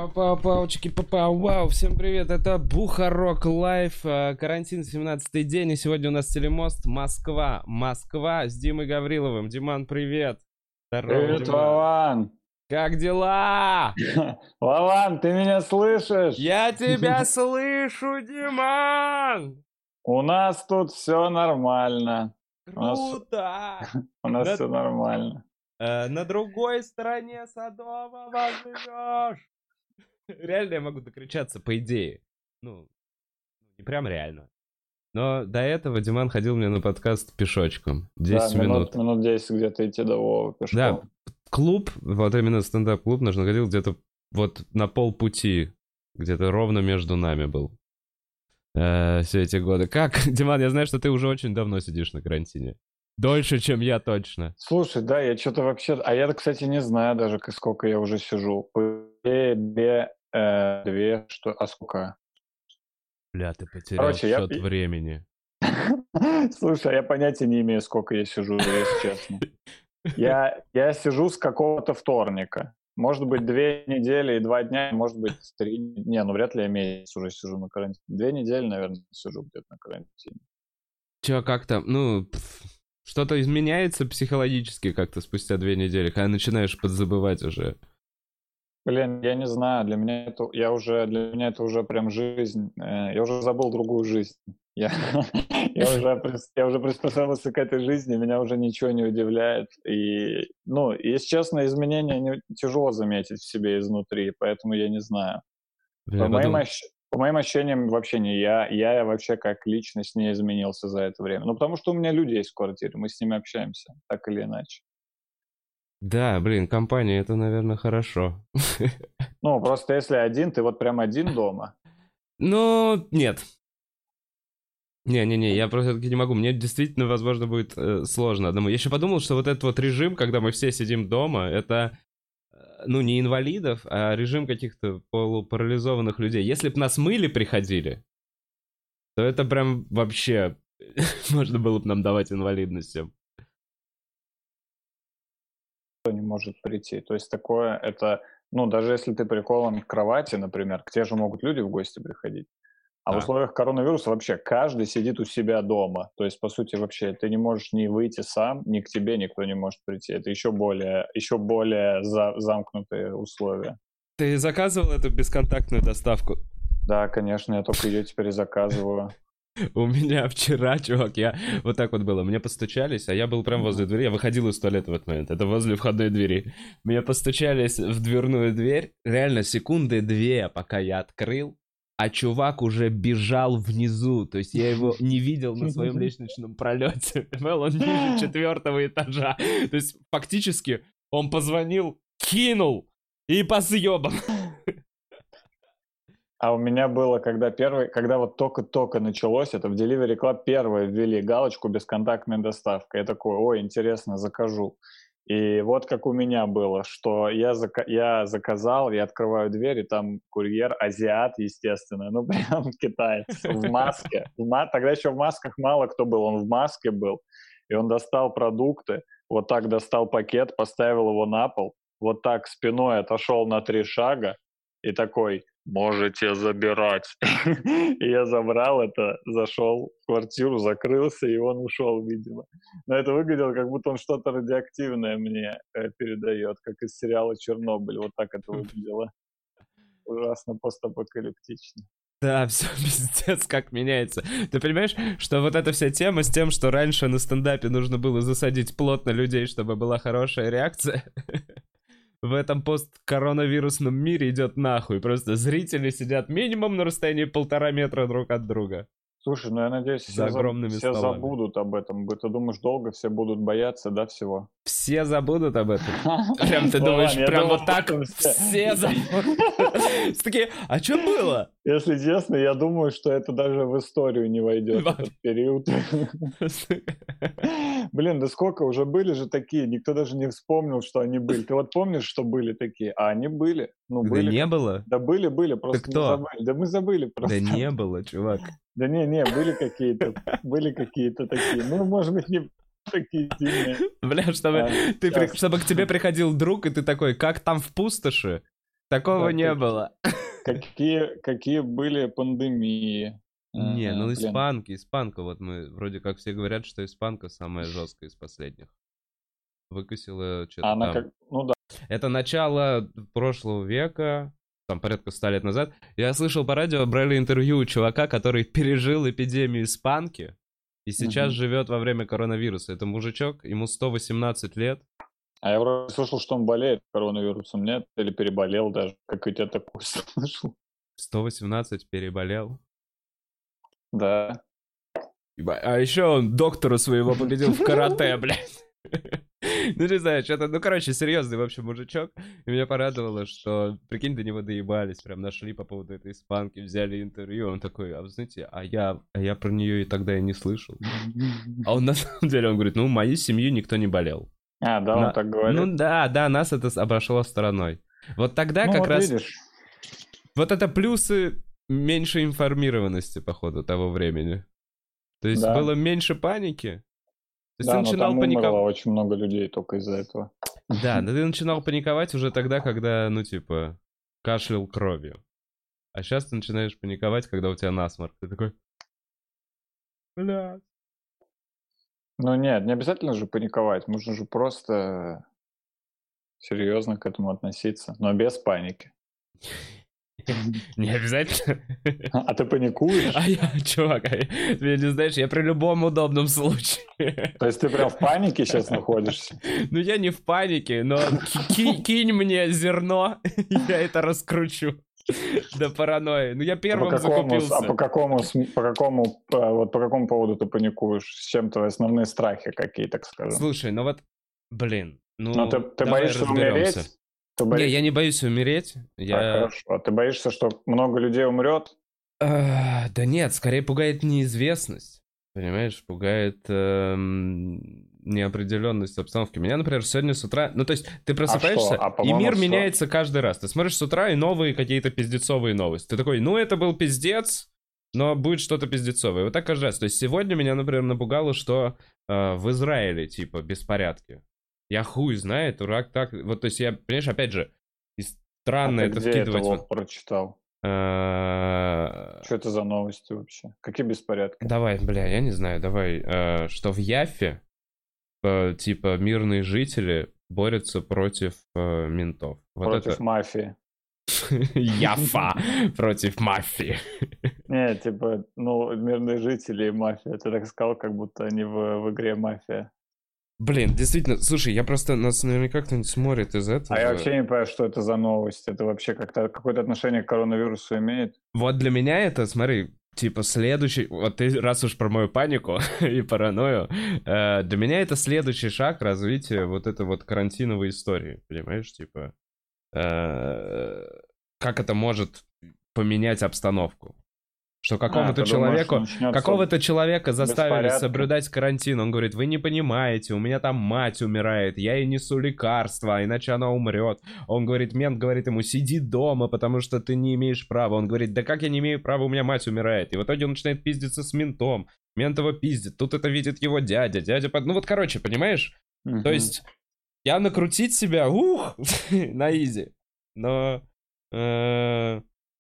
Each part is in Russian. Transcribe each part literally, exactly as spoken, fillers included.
Пау-пау-пау-пау-чики, пау вау, всем привет, это Бухарок Лайф, карантин, семнадцатый день, и сегодня у нас телемост Москва, Москва с Димой Гавриловым. Диман, привет. Здорово, Привет, Диман. Вован. Как дела? Вован, ты меня слышишь? Я тебя слышу, Диман! У нас тут все нормально. У нас, Круто! у нас На, все нормально. э, на другой стороне Садового живешь. Реально я могу докричаться, по идее. Ну, не прям реально. Но до этого Диман ходил мне на подкаст пешочком. десять Да, минут, минут. минут десять где-то идти до Вовы пешком. Да, клуб, вот именно стендап-клуб наш находил где-то вот на полпути. Где-то ровно между нами был. Э, все эти годы. Как, Диман, я знаю, что ты уже очень давно сидишь на карантине. Дольше, чем я точно. Слушай, да, я что-то вообще... А я, кстати, не знаю даже, к- сколько я уже сижу. По идее, две, э, две, что... А сколько? Бля, ты потерял Короче, я... счет времени. Слушай, я понятия не имею, сколько я сижу, если честно. Я, я сижу с какого-то вторника. Может быть, две недели и два дня, может быть, три... Не, ну вряд ли я месяц уже сижу на карантине. Две недели, наверное, сижу где-то на карантине. Чё, как-то, ну, пф, что-то изменяется психологически как-то спустя две недели, когда начинаешь подзабывать уже. Блин, я не знаю, для меня это, я уже, для меня это уже прям жизнь. Э, Я уже забыл другую жизнь. Я, я, уже, прис- я уже приспособился к этой жизни, меня уже ничего не удивляет. И, ну, если честно, изменения не, тяжело заметить в себе изнутри, поэтому я не знаю. Блин, По я моим, подумал, ощ- по моим ощущениям, вообще не я. Я вообще как личность не изменился за это время. Ну, потому что у меня люди есть в квартире, мы с ними общаемся, так или иначе. да, блин, компания, это, наверное, хорошо. Ну, просто если один, ты вот прям один дома. Ну, нет. Не-не-не, я просто таки не могу. Мне действительно, возможно, будет э, сложно одному. Я еще подумал, что вот этот вот режим, когда мы все сидим дома, это, э, ну, не инвалидов, а режим каких-то полупарализованных людей. Если бы нас мыли приходили, то это прям вообще можно было бы нам давать инвалидность всем. Не может прийти. То есть такое, это, ну, даже если ты прикован к кровати, например, к тебе же могут люди в гости приходить. А в Да. условиях коронавируса вообще каждый сидит у себя дома. То есть, по сути, вообще ты не можешь ни выйти сам, ни к тебе никто не может прийти. Это еще более, еще более за, замкнутые условия. Ты заказывал эту бесконтактную доставку? Да, конечно, я только ее теперь и заказываю. У меня вчера, чувак, я... Вот так вот было. Мне постучались, а я был прям возле двери. Я выходил из туалета в этот момент. Это возле входной двери. Мне постучались в дверную дверь. Реально, секунды две, пока я открыл. А чувак уже бежал внизу. То есть я его не видел на своем лестничном пролете. Понимаешь, он ниже четвертого этажа. То есть фактически он позвонил, кинул и по съебам. А у меня было, когда первый, когда вот только-только началось, это в Delivery Club первые ввели галочку «бесконтактная доставка». Я такой, ой, интересно, закажу. И вот как у меня было, что я, зака- я заказал, я открываю дверь, и там курьер, азиат, естественно, ну прям китаец, в маске. В ма- Тогда еще в масках мало кто был, он в маске был. И он достал продукты, вот так достал пакет, поставил его на пол, вот так спиной отошел на три шага и такой: «Можете забирать». И я забрал это, зашел в квартиру, закрылся, и он ушел, видимо. Но это выглядело, как будто он что-то радиоактивное мне э, передает, как из сериала «Чернобыль». Вот так это выглядело. Ужасно постапокалиптично. Да, все пиздец, как меняется. Ты понимаешь, что вот эта вся тема с тем, что раньше на стендапе нужно было засадить плотно людей, чтобы была хорошая реакция, в этом посткоронавирусном мире идет нахуй. Просто зрители сидят минимум на расстоянии полтора метра друг от друга. Слушай, ну я надеюсь, За все, заб- огромными все столами. забудут об этом. Ты думаешь, долго все будут бояться, да, всего? Все забудут об этом. Прям ты Вован, думаешь, я прям думал, вот так потом все- все забудут. Все такие, а что было? Если честно, я думаю, что это даже в историю не войдет, Ва- этот период. Блин, да сколько уже были же такие, никто даже не вспомнил, что они были. Ты вот помнишь, что были такие? А они были. Ну, Да были. не как- было. Да были, были, просто мы кто? забыли. Да мы забыли Да просто. не было, чувак. Да не, не, были какие-то, были какие-то такие. Ну, может быть, не такие сильные. Бля, чтобы, А, ты, при- щас. чтобы к тебе приходил друг, и ты такой, как там в пустоши? Такого Да, не как- было. Какие, какие были пандемии? Не, Ага, ну блин. испанки, испанка, вот мы, вроде как все говорят, что испанка самая жесткая из последних. Выкосила что-то А она там. как... Ну да. Это начало прошлого века, там порядка ста лет назад. Я слышал по радио, брали интервью у чувака, который пережил эпидемию испанки и сейчас Мгм. живет во время коронавируса. Это мужичок, ему сто восемнадцать лет. А я вроде слышал, что он болеет коронавирусом, нет? Или переболел даже. Как у тебя такое слышал? сто восемнадцать переболел. Да. Ебать, а еще он доктора своего победил в карате, блядь. Ну, не знаю, что-то... Ну, короче, серьезный, в общем, мужичок. И меня порадовало, что, прикинь, до него доебались. Прям нашли по поводу этой испанки, взяли интервью. Он такой, а вы знаете, а я, а я про нее и тогда и не слышал. А он на самом деле, он говорит, ну, в моей семье никто не болел. А, да, На- он так говорит. Ну, да, да, нас это с- обошло стороной. Вот тогда Ну, как вот раз... видишь. Вот это плюсы меньшей информированности, походу, того времени. То есть Да. было меньше паники. То есть Да, ты но начинал там умерло паниковать. очень много людей только из-за этого. Да, но ты начинал паниковать уже тогда, когда, ну, типа, кашлял кровью. А сейчас ты начинаешь паниковать, когда у тебя насморк. Ты такой, бля. Ну нет, не обязательно же паниковать. Можно же просто серьезно к этому относиться, но без паники. Не обязательно. А ты паникуешь? А я, чувак, а я- ты не знаешь, я при любом удобном случае. То есть ты прям в панике сейчас находишься? Ну, я не в панике, но ки- ки- кинь мне зерно, я это раскручу до паранойи. Ну, я А по первым какому, закупился. а по какому, см- по какому, а, вот по какому поводу ты паникуешь? С чем твои основные страхи какие, так скажем? Слушай, ну вот, блин, ну, Ну ты, ты давай боишься разберемся. умереть? Ты Не, боишься... я не боюсь умереть. Так, Я... хорошо. А ты боишься, что много людей умрет? А, да нет, скорее пугает неизвестность. Понимаешь, пугает эм, неопределенность обстановки. Меня, например, сегодня с утра... Ну, то есть, ты просыпаешься, А, и по-моему, мир всё- меняется каждый раз. Ты смотришь с утра, и новые какие-то пиздецовые новости. Ты такой, ну, это был пиздец, но будет что-то пиздецовое. Вот так каждый раз. То есть, сегодня меня, например, напугало, что э, в Израиле, типа, беспорядки. Я хуй знает, дурак, так... Вот, то есть, я, понимаешь, опять же, и странно а ты это где вкидывать... это в- вот прочитал? Э, Что это за новости вообще? Какие беспорядки? Давай, бля, я не знаю, давай, э, что в Яффе, э, типа, мирные жители борются против э, ментов. Вот Против это... мафии. Яффа против мафии. Не, типа, ну, мирные жители и мафия. Ты так сказал, как будто они в, в игре мафия. Блин, действительно, слушай, я просто, нас наверняка кто-нибудь смотрит из этого. А я вообще не понимаю, что это за новость. Это вообще как-то какое-то отношение к коронавирусу имеет? Вот для меня это, смотри, типа следующий... Вот ты раз уж про мою панику и паранойю, э, для меня это следующий шаг развития вот этой вот карантиновой истории, понимаешь, типа... э, как это может поменять обстановку? Что какому-то А, ты думаешь, человеку... начнется Какого-то человека заставили беспорядки? соблюдать карантин. Он говорит, вы не понимаете, у меня там мать умирает, я ей несу лекарства, иначе она умрет. Он говорит, мент говорит ему, сиди дома, потому что ты не имеешь права. Он говорит, да как я не имею права, у меня мать умирает. И в итоге он начинает пиздиться с ментом. Мент его пиздит, тут это видит его дядя. Дядя... под- Ну вот, короче, понимаешь? Мгм. То есть, я накрутить себя, ух, на изи. Но... э,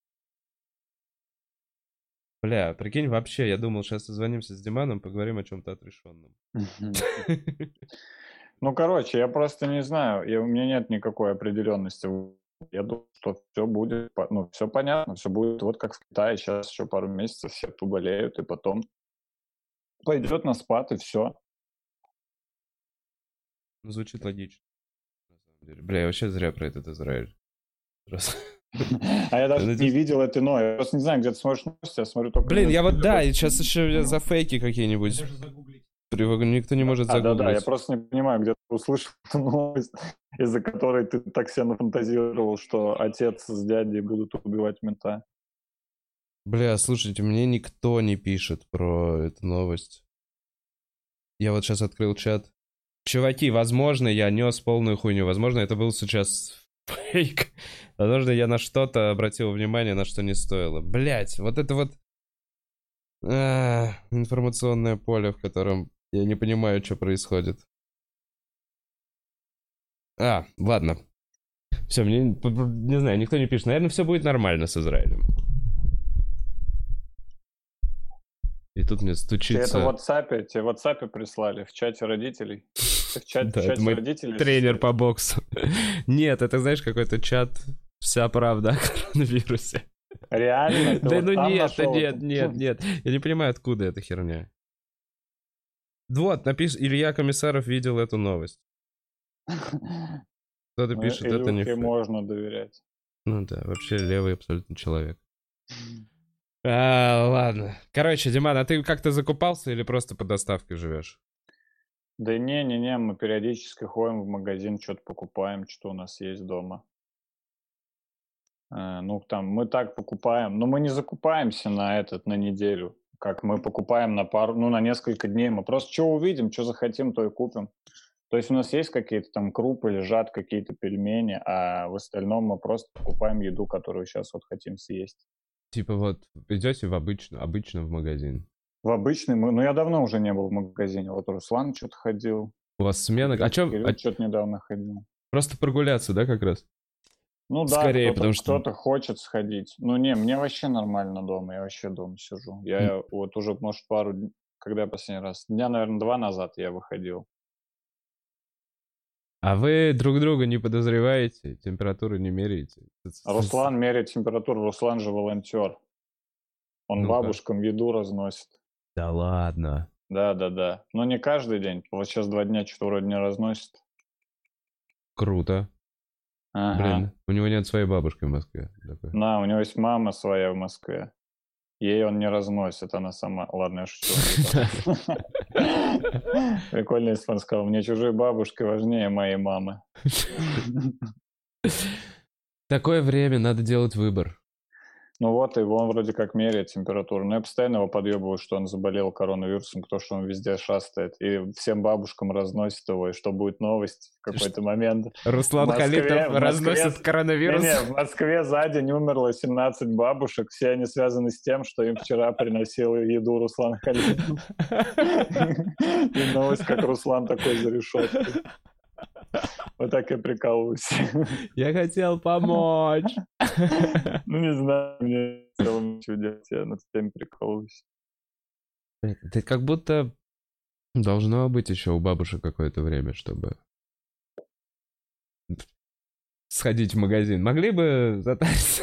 Бля, прикинь, вообще, я думал, сейчас созвонимся с Диманом, поговорим о чем-то отрешенном. Мгм. Ну, короче, я просто не знаю. Я, у меня нет никакой определенности. Я думаю, что все будет, по- ну, все понятно, все будет вот как в Китае. Сейчас еще пару месяцев все поболеют, и потом пойдет на спад, и все. Ну, звучит логично. На самом деле. Бля, я вообще зря про этот Израиль. Раз. А я даже Ну, не здесь- видел это, но я просто не знаю, где ты смотришь новости, я смотрю только... Блин, на я вот, Ютубе. да, и сейчас еще я за фейки какие-нибудь. Привог- Никто не может А, да-да, я загуглить. просто не понимаю, где ты услышал эту новость, из-за которой ты так сильно фантазировал, что отец с дядей будут убивать мента. Бля, слушайте, мне никто не пишет про эту новость. Я вот сейчас открыл чат. Чуваки, возможно, я нес полную хуйню. Возможно, это был сейчас фейк. Возможно, я на что-то обратил внимание, на что не стоило. Блять, вот это вот а, информационное поле, в котором я не понимаю, что происходит. А, ладно. Все, мне, не знаю, никто не пишет. Наверное, все будет нормально с Израилем. И тут мне стучится... Тебе это в WhatsApp, тебе в WhatsApp прислали, в чате родителей? Ты в, чат, Да, в чате это мой родителей? тренер по боксу. Нет, это, знаешь, какой-то чат «Вся правда о коронавирусе». Реально? Ты Да вот ну там нет, нашел нет, это? нет, нет. Я не понимаю, откуда эта херня. Вот, напишет, Илья Комиссаров видел эту новость. Кто-то Ну, пишет, это не Илюхе фейк. можно доверять. Ну да, вообще левый абсолютно человек. А, ладно. Короче, Диман, а ты как-то закупался или просто по доставке живешь? Да не-не-не, мы периодически ходим в магазин, что-то покупаем, что у нас есть дома. Э, ну, там, мы так покупаем, но мы не закупаемся на этот, на неделю, как мы покупаем на пару, ну, на несколько дней. Мы просто что увидим, что захотим, то и купим. То есть у нас есть какие-то там крупы, лежат какие-то пельмени, а в остальном мы просто покупаем еду, которую сейчас вот хотим съесть. Типа вот идете в обычно, обычно в магазин. В обычный, мы, ну, я давно уже не был в магазине. Вот Руслан что-то ходил, У вас смена... А чё... Кирилл а- что-то недавно ходил. Просто прогуляться, да, как раз? Ну да, Скорее, кто-то потому что... кто-то хочет сходить. Ну не, мне вообще нормально дома, я вообще дома сижу. Я вот уже, может, пару дней, когда я последний раз, дня, наверное, два назад я выходил. А вы друг друга не подозреваете, температуру не меряете? Руслан меряет температуру, Руслан же волонтер. Он Ну-ка. бабушкам еду разносит. Да ладно. Да, да, да. Но не каждый день. Вот сейчас два дня что-то вроде не разносит. Круто. Ага. Блин, у него нет своей бабушки в Москве. Такой. На, у него есть мама своя в Москве. Ей он не разносит, она сама... Ладно, я шучу. Прикольно, если он сказал, мне чужие бабушки важнее моей мамы. Такое время, надо делать выбор. Ну вот, и он вроде как меряет температуру. Но я постоянно его подъебываю, что он заболел коронавирусом, потому что он везде шастает. И всем бабушкам разносит его, и что будет новость в какой-то момент. Руслан Халитов разносит коронавирус. Не-не, в Москве за день умерло семнадцать бабушек. Все они связаны с тем, что им вчера приносил еду Руслан Халитов. И новость, как Руслан такой за решеткой. Вот так я прикалываюсь. Я хотел помочь. Ну, не знаю, мне в целом ничего делать, я над тем прикалываюсь. Это как будто должно быть еще у бабушек какое-то время, чтобы сходить в магазин. Могли бы затариться?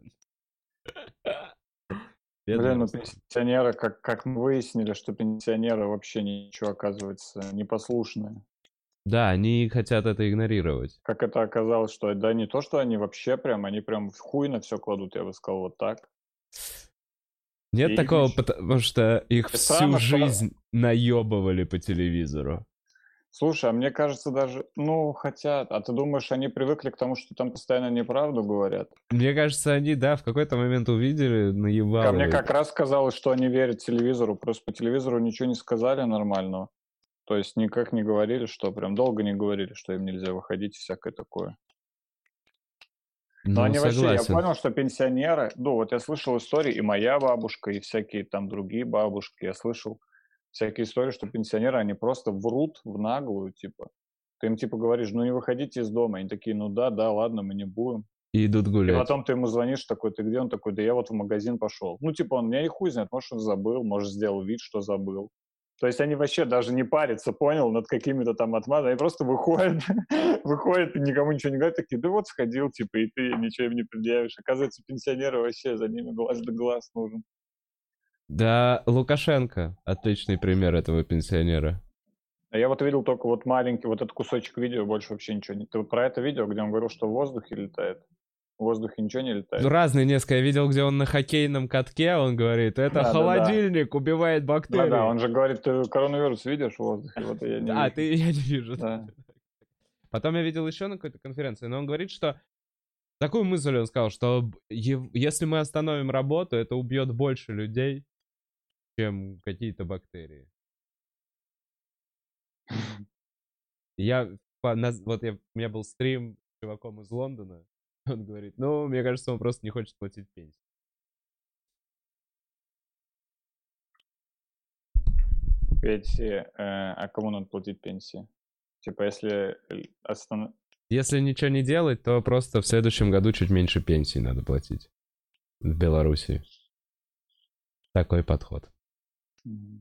Блин, ну пенсионеры, как, как мы выяснили, что пенсионеры вообще ничего, оказывается, непослушные. Да, они хотят это игнорировать. Как это оказалось, что да не то, что они вообще прям, они прям в хуй на все кладут, я бы сказал, вот так. Нет И такого, их... потому что их всю Странно, жизнь что... наебывали по телевизору. Слушай, а мне кажется даже, ну, хотя, а ты думаешь, они привыкли к тому, что там постоянно неправду говорят? Мне кажется, они, да, в какой-то момент увидели, наебало. А мне как раз казалось, что они верят телевизору, просто по телевизору ничего не сказали нормального. То есть никак не говорили, что прям долго не говорили, что им нельзя выходить и всякое такое. Но Ну, они согласен. вообще, я понял, что пенсионеры, ну вот я слышал истории, и моя бабушка, и всякие там другие бабушки, я слышал всякие истории, что пенсионеры, они просто врут в наглую, типа. Ты им типа говоришь, ну не выходите из дома. Они такие, ну да, да, ладно, мы не будем. И идут гулять. И потом ты ему звонишь такой, ты где? Он такой, да я вот в магазин пошел. Ну типа он меня и хуй знает, может он забыл, может сделал вид, что забыл. То есть они вообще даже не парятся, понял, над какими-то там отмазами. Они просто выходят, выходят и никому ничего не говорят. Такие, да вот сходил, типа, и ты ничего им не предъявишь. Оказывается, пенсионеры вообще за ними глаз да глаз нужен. Да, Лукашенко. Отличный пример этого пенсионера. А я вот видел только вот маленький, вот этот кусочек видео, больше вообще ничего не... Ты вот про это видео, где он говорил, что в воздухе летает? В воздухе ничего не летает? Ну, разные несколько. Я видел, где он на хоккейном катке, он говорит, это Да, холодильник, да, да. убивает бактерии. Да-да, он же говорит, ты коронавирус видишь в воздухе? Вот я не а, вижу. ты, я не вижу. Да. Потом я видел еще на какой-то конференции, но он говорит, что... Такую мысль он сказал, что если мы остановим работу, это убьет больше людей, чем какие-то бактерии. Я, вот я, у меня был стрим с чуваком из Лондона, он говорит, ну, мне кажется, он просто не хочет платить пенсию. Пенсии, э, а кому надо платить пенсии? Типа, если останов... Если ничего не делать, то просто в следующем году чуть меньше пенсии надо платить. В Беларуси. Такой подход. Мгм.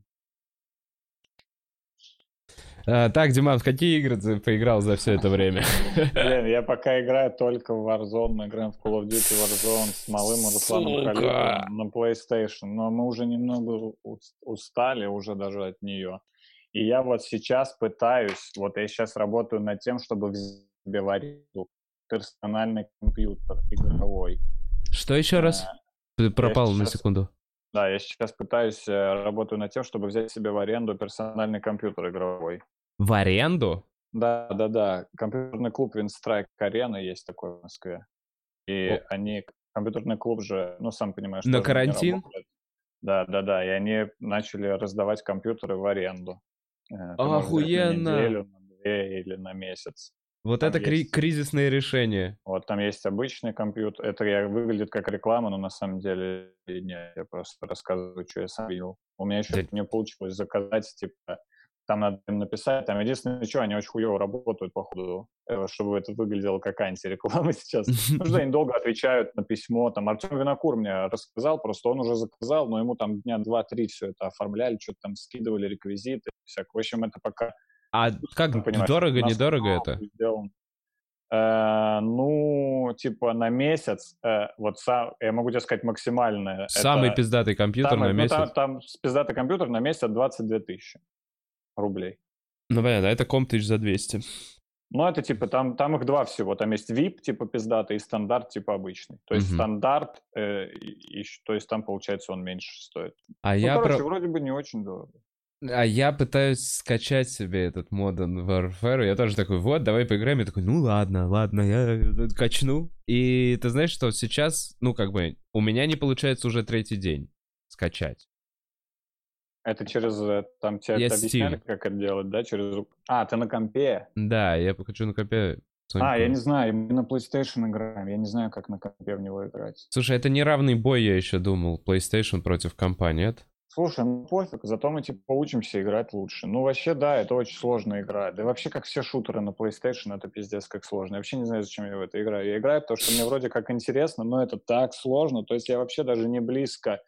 А, так, Диман, в какие игры ты поиграл за все это время? Блин, я пока играю только в Warzone, мы играем в Call of Duty Warzone с малым Русланом Сука. Халиловым на PlayStation, но мы уже немного ус- устали уже даже от нее. И я вот сейчас пытаюсь, вот я сейчас работаю над тем, чтобы взять себе в аренду персональный компьютер игровой. Что еще Э, раз? Ты Я пропал на сейчас, секунду. да, я сейчас пытаюсь, э, работаю над тем, чтобы взять себе в аренду персональный компьютер игровой. В аренду? Да, да, да. Компьютерный клуб Windstrike Arena есть такой в Москве. И О, они, компьютерный клуб же, ну, сам понимаешь, на тоже не карантин? работает. Да, да, да. И они начали раздавать компьютеры в аренду. Э, Ты можешь взять на Охуенно! неделю, на две или на месяц. Вот Там это кри- есть, кризисное решение. вот там есть обычный компьютер. Это я, выглядит как реклама, но на самом деле нет. Я просто рассказываю, что я сам видел. У меня еще Дядь- не получилось заказать, типа, там надо им написать. Там единственное, что они очень хуево работают, походу, э, чтобы это выглядело как антиреклама сейчас. Потому что они долго отвечают на письмо. Там Артем Винокур мне рассказал, просто он уже заказал, но ему там дня два-три все это оформляли, что-то там скидывали реквизиты, всякое. В общем, это пока, А сам как, понимаешь, дорого, недорого настолько это? сделан. Э, ну, типа на месяц, э, вот сам, я могу тебе сказать максимальное, Самый это пиздатый компьютер на самый, ну там, месяц? там пиздатый компьютер на месяц двадцать две тысячи рублей. Ну, понятно, это комп тысяч за двести. Ну, это типа, там, там их два всего. Там есть ви ай пи, типа пиздатый, и стандарт, типа обычный. То есть Мгм. стандарт, э, и- и- то есть там, получается, он меньше стоит. А Ну, я короче, про... вроде бы не очень дорого. А я пытаюсь скачать себе этот Modern Warfare. Я тоже такой, вот, давай поиграем. Я такой, ну ладно, ладно, я э, качну. И ты знаешь, что сейчас, ну как бы, у меня не получается уже третий день скачать. Это через, э, там тебе Я это объясняли, Steam. как это делать, да? Через... А, ты на компе? Да, я хочу на компе А, я не Соньку. знаю, мы на PlayStation играем. Я не знаю, как на компе в него играть. Слушай, это не равный бой, я еще думал. PlayStation против компа, нет? Слушай, ну пофиг, зато мы типа поучимся играть лучше. Ну вообще, да, это очень сложная игра. Да и вообще, как все шутеры на PlayStation, это пиздец как сложно. Я вообще не знаю, зачем я в это играю. Я играю, потому что мне вроде как интересно, но это так сложно. То есть я вообще даже не близко,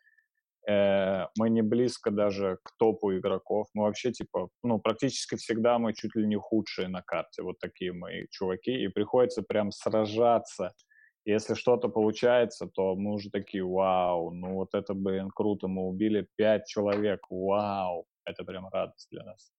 э, мы не близко даже к топу игроков. Мы вообще типа, ну практически всегда мы чуть ли не худшие на карте. Вот такие мои чуваки. И приходится прям сражаться. Если что-то получается, то мы уже такие, вау, ну вот это, блин, круто, мы убили пять человек, вау, это прям радость для нас.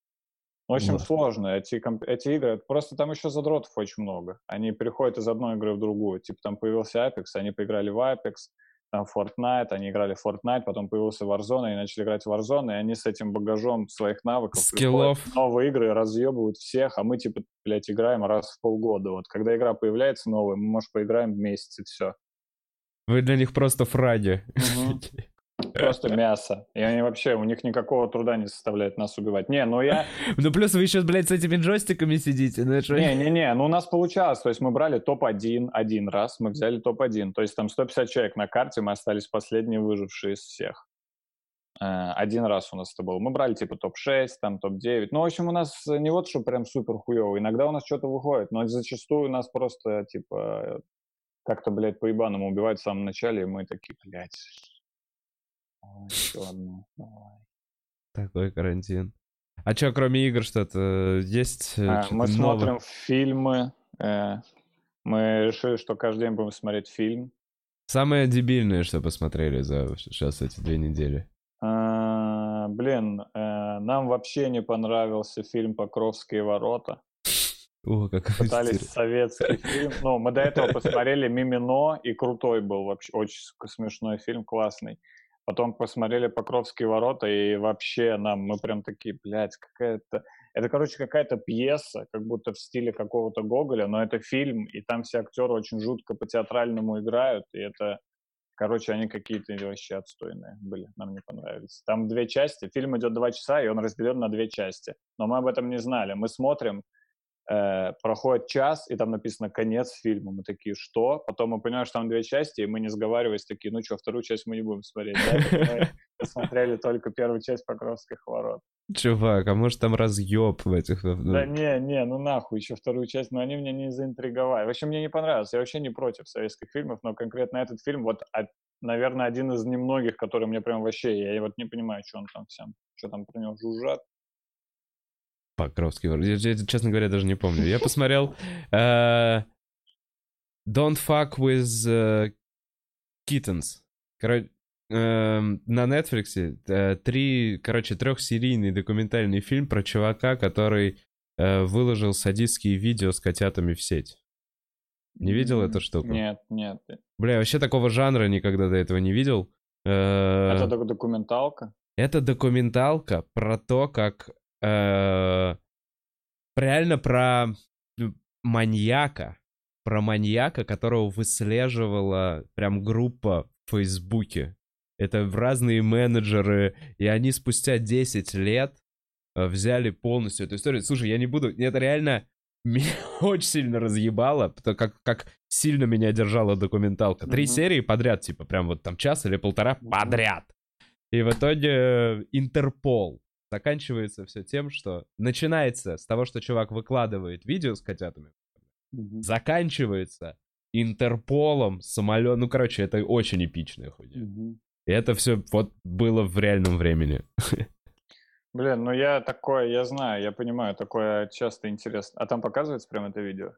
В общем, Ла- сложно, эти, комп- эти игры, просто там еще задротов очень много. Они переходят из одной игры в другую. Типа там появился Apex, они поиграли в Apex, там Fortnite, они играли в Fortnite, потом появился Warzone, они начали играть в Warzone, и они с этим багажом своих навыков приходят Скиллов. в новые игры, разъебывают всех, а мы, типа, блядь, играем раз в полгода. Вот когда игра появляется новая, мы, может, поиграем в месяц, и все. Вы для них просто фраги. Мгм. Просто мясо. И они вообще, у них никакого труда не составляет нас убивать. Не, ну я... Ну плюс вы еще, блядь, с этими джойстиками сидите. Ну это ж- Не-не-не, ну у нас получалось. То есть мы брали топ один один раз, мы взяли топ один. То есть там сто пятьдесят человек на карте, мы остались последние выжившие из всех. Э, Один раз у нас это было. Мы брали типа топ шесть, там топ девять. Ну, в общем, у нас не вот что прям супер хуево. Иногда у нас что-то выходит, но зачастую нас просто типа как-то, блядь, по-ебаному убивают в самом начале, и мы такие, блядь, давай еще одну, давай. Такой карантин. А что, кроме игр, что-то есть? э, А, Что-то Мы новое? смотрим фильмы. э, Мы решили, что каждый день будем смотреть фильм. Самое дебильное, что посмотрели за сейчас эти две недели. А, Блин, э, нам вообще не понравился фильм «Покровские ворота». О, как Пытались интересно. советский фильм. Ну, мы до этого посмотрели «Мимино», и крутой был вообще. Очень с- смешной фильм, классный. Потом посмотрели «Покровские ворота», и вообще нам, мы прям такие, блядь, какая-то... Это, короче, какая-то пьеса, как будто в стиле какого-то Гоголя, но это фильм, и там все актеры очень жутко по-театральному играют, и это... Короче, они какие-то вообще отстойные были, нам не понравились. Там две части, фильм идет два часа, и он разделен на две части. Но мы об этом не знали. Мы смотрим, э, проходит час, и там написано «конец фильма». Мы такие, что? Потом мы понимаем, что там две части, и мы, не сговариваясь, такие, ну что, вторую часть мы не будем смотреть. Да? Мы посмотрели только первую часть «Покровских ворот». Чувак, а может там разъеб в этих... Да не, не, ну нахуй еще вторую часть, но они меня не заинтриговали. В общем, мне не понравилось. Я вообще не против советских фильмов, но конкретно этот фильм, вот, наверное, один из немногих, который мне прям вообще, я вот не понимаю, что он там всем, что там про него жужжат. Покровский ворот. Я, я, честно говоря, даже не помню. Я посмотрел uh, Don't Fuck With uh, Kittens. Короче, uh, на Netflix uh, три, короче, трехсерийный документальный фильм про чувака, который uh, выложил садистские видео с котятами в сеть. Не видел эту штуку? Нет, нет. Бля, вообще такого жанра никогда до этого не видел. Uh, Это документалка? Это документалка про то, как... Э, реально про маньяка, про маньяка, которого выслеживала прям группа в Фейсбуке. Это разные менеджеры, и они спустя десять лет взяли полностью эту историю. Слушай, я не буду... Это реально меня очень сильно разъебало, как, как сильно меня держала документалка. Три mm-hmm. серии подряд, типа, прям вот там час или полтора подряд. И в итоге Интерпол. Заканчивается все тем, что начинается с того, что чувак выкладывает видео с котятами, mm-hmm. заканчивается Интерполом, самолет. Ну, короче, это очень эпичная хуйня. Mm-hmm. И это все вот было в реальном времени. Блин, ну я такое, я знаю, я понимаю, такое часто интересно. А там показывается прям это видео?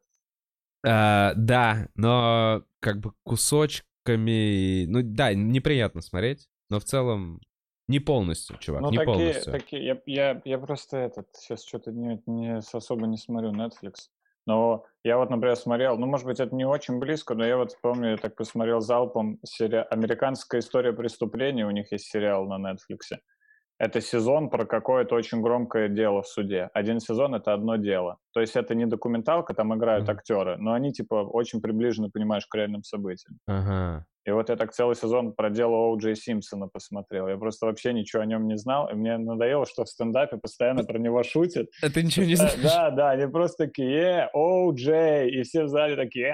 А, да, но как бы кусочками... Ну да, неприятно смотреть, но в целом... Не полностью, чувак, ну, не такие, полностью. Такие, я, я, я просто этот, сейчас что-то не, не особо не смотрю Netflix. Но я вот, например, смотрел, ну, может быть, это не очень близко, но я вот помню, я так посмотрел залпом сериал «Американская история преступления», у них есть сериал на Netflix. Это сезон про какое-то очень громкое дело в суде. Один сезон — это одно дело. То есть это не документалка, там играют mm-hmm. актеры, но они, типа, очень приближены, понимаешь, к реальным событиям. Uh-huh. И вот я так целый сезон про дело О. Джей Симпсона посмотрел. Я просто вообще ничего о нем не знал, и мне надоело, что в стендапе постоянно про него шутят. Это ничего не знаешь? Да, да, они просто такие, О. Джей, и все в зале такие,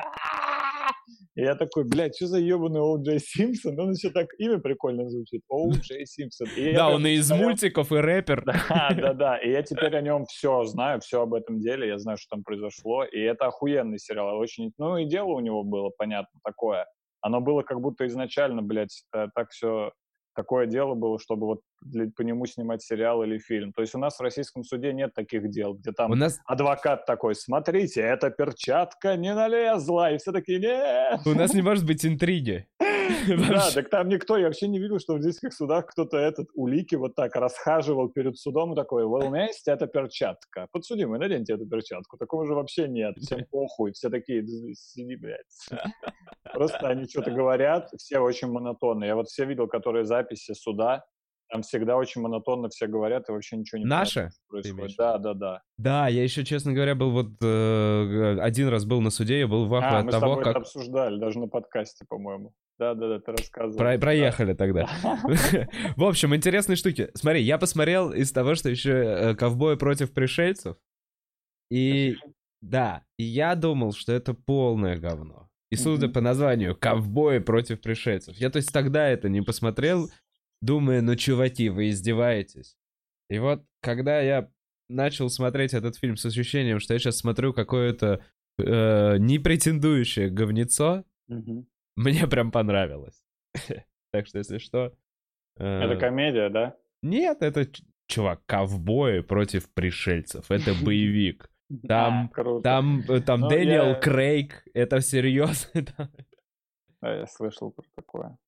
и я такой, блядь, что за ебаный О. Джей Симпсон? Он еще так имя прикольно звучит. О. Джей Симпсон. Да, он и из мультиков, и рэпер. Да, да, да. И я теперь о нем все знаю, все об этом деле. Я знаю, что там произошло. И это охуенный сериал. Очень... Ну и дело у него было, понятно, такое. Оно было как будто изначально, блядь, так все... Такое дело было, чтобы вот для, по нему снимать сериал или фильм. То есть у нас в российском суде нет таких дел, где там у нас... адвокат такой, смотрите, эта перчатка не налезла, и все такие, нет. У нас не может быть интриги. Да, так там никто, я вообще не видел, что в российских судах кто-то этот улики вот так расхаживал перед судом и такой, вы у меня есть эта перчатка, подсудимый, наденьте эту перчатку. Такого же вообще нет, всем похуй, все такие, сиди, блядь. Просто они что-то говорят, все очень монотонно. Я вот все видел, которые записи суда, там всегда очень монотонно все говорят, и вообще ничего не Наши? происходит. Да, да, да. Да, я еще, честно говоря, был вот э, один раз был на суде, я был в ахуе а, от мы того, с тобой как... это обсуждали, даже на подкасте, по-моему. Да-да-да, ты рассказывал. Про- проехали да. тогда. В общем, интересные штуки. Смотри, я посмотрел из того, что еще «Ковбои против пришельцев». И да, и я думал, что это полное говно. И судя по названию «Ковбои против пришельцев». Я, то есть, тогда это не посмотрел, думая, ну, чуваки, вы издеваетесь. И вот, когда я начал смотреть этот фильм с ощущением, что я сейчас смотрю какое-то э, не претендующее говнецо, mm-hmm. мне прям понравилось. Так что, если что... Э... Это комедия, да? Нет, это, чувак, «Ковбои против пришельцев». Это боевик. Там, а, там, там ну, Дэниел я... Крейг, это серьезно. Да, я слышал про такое.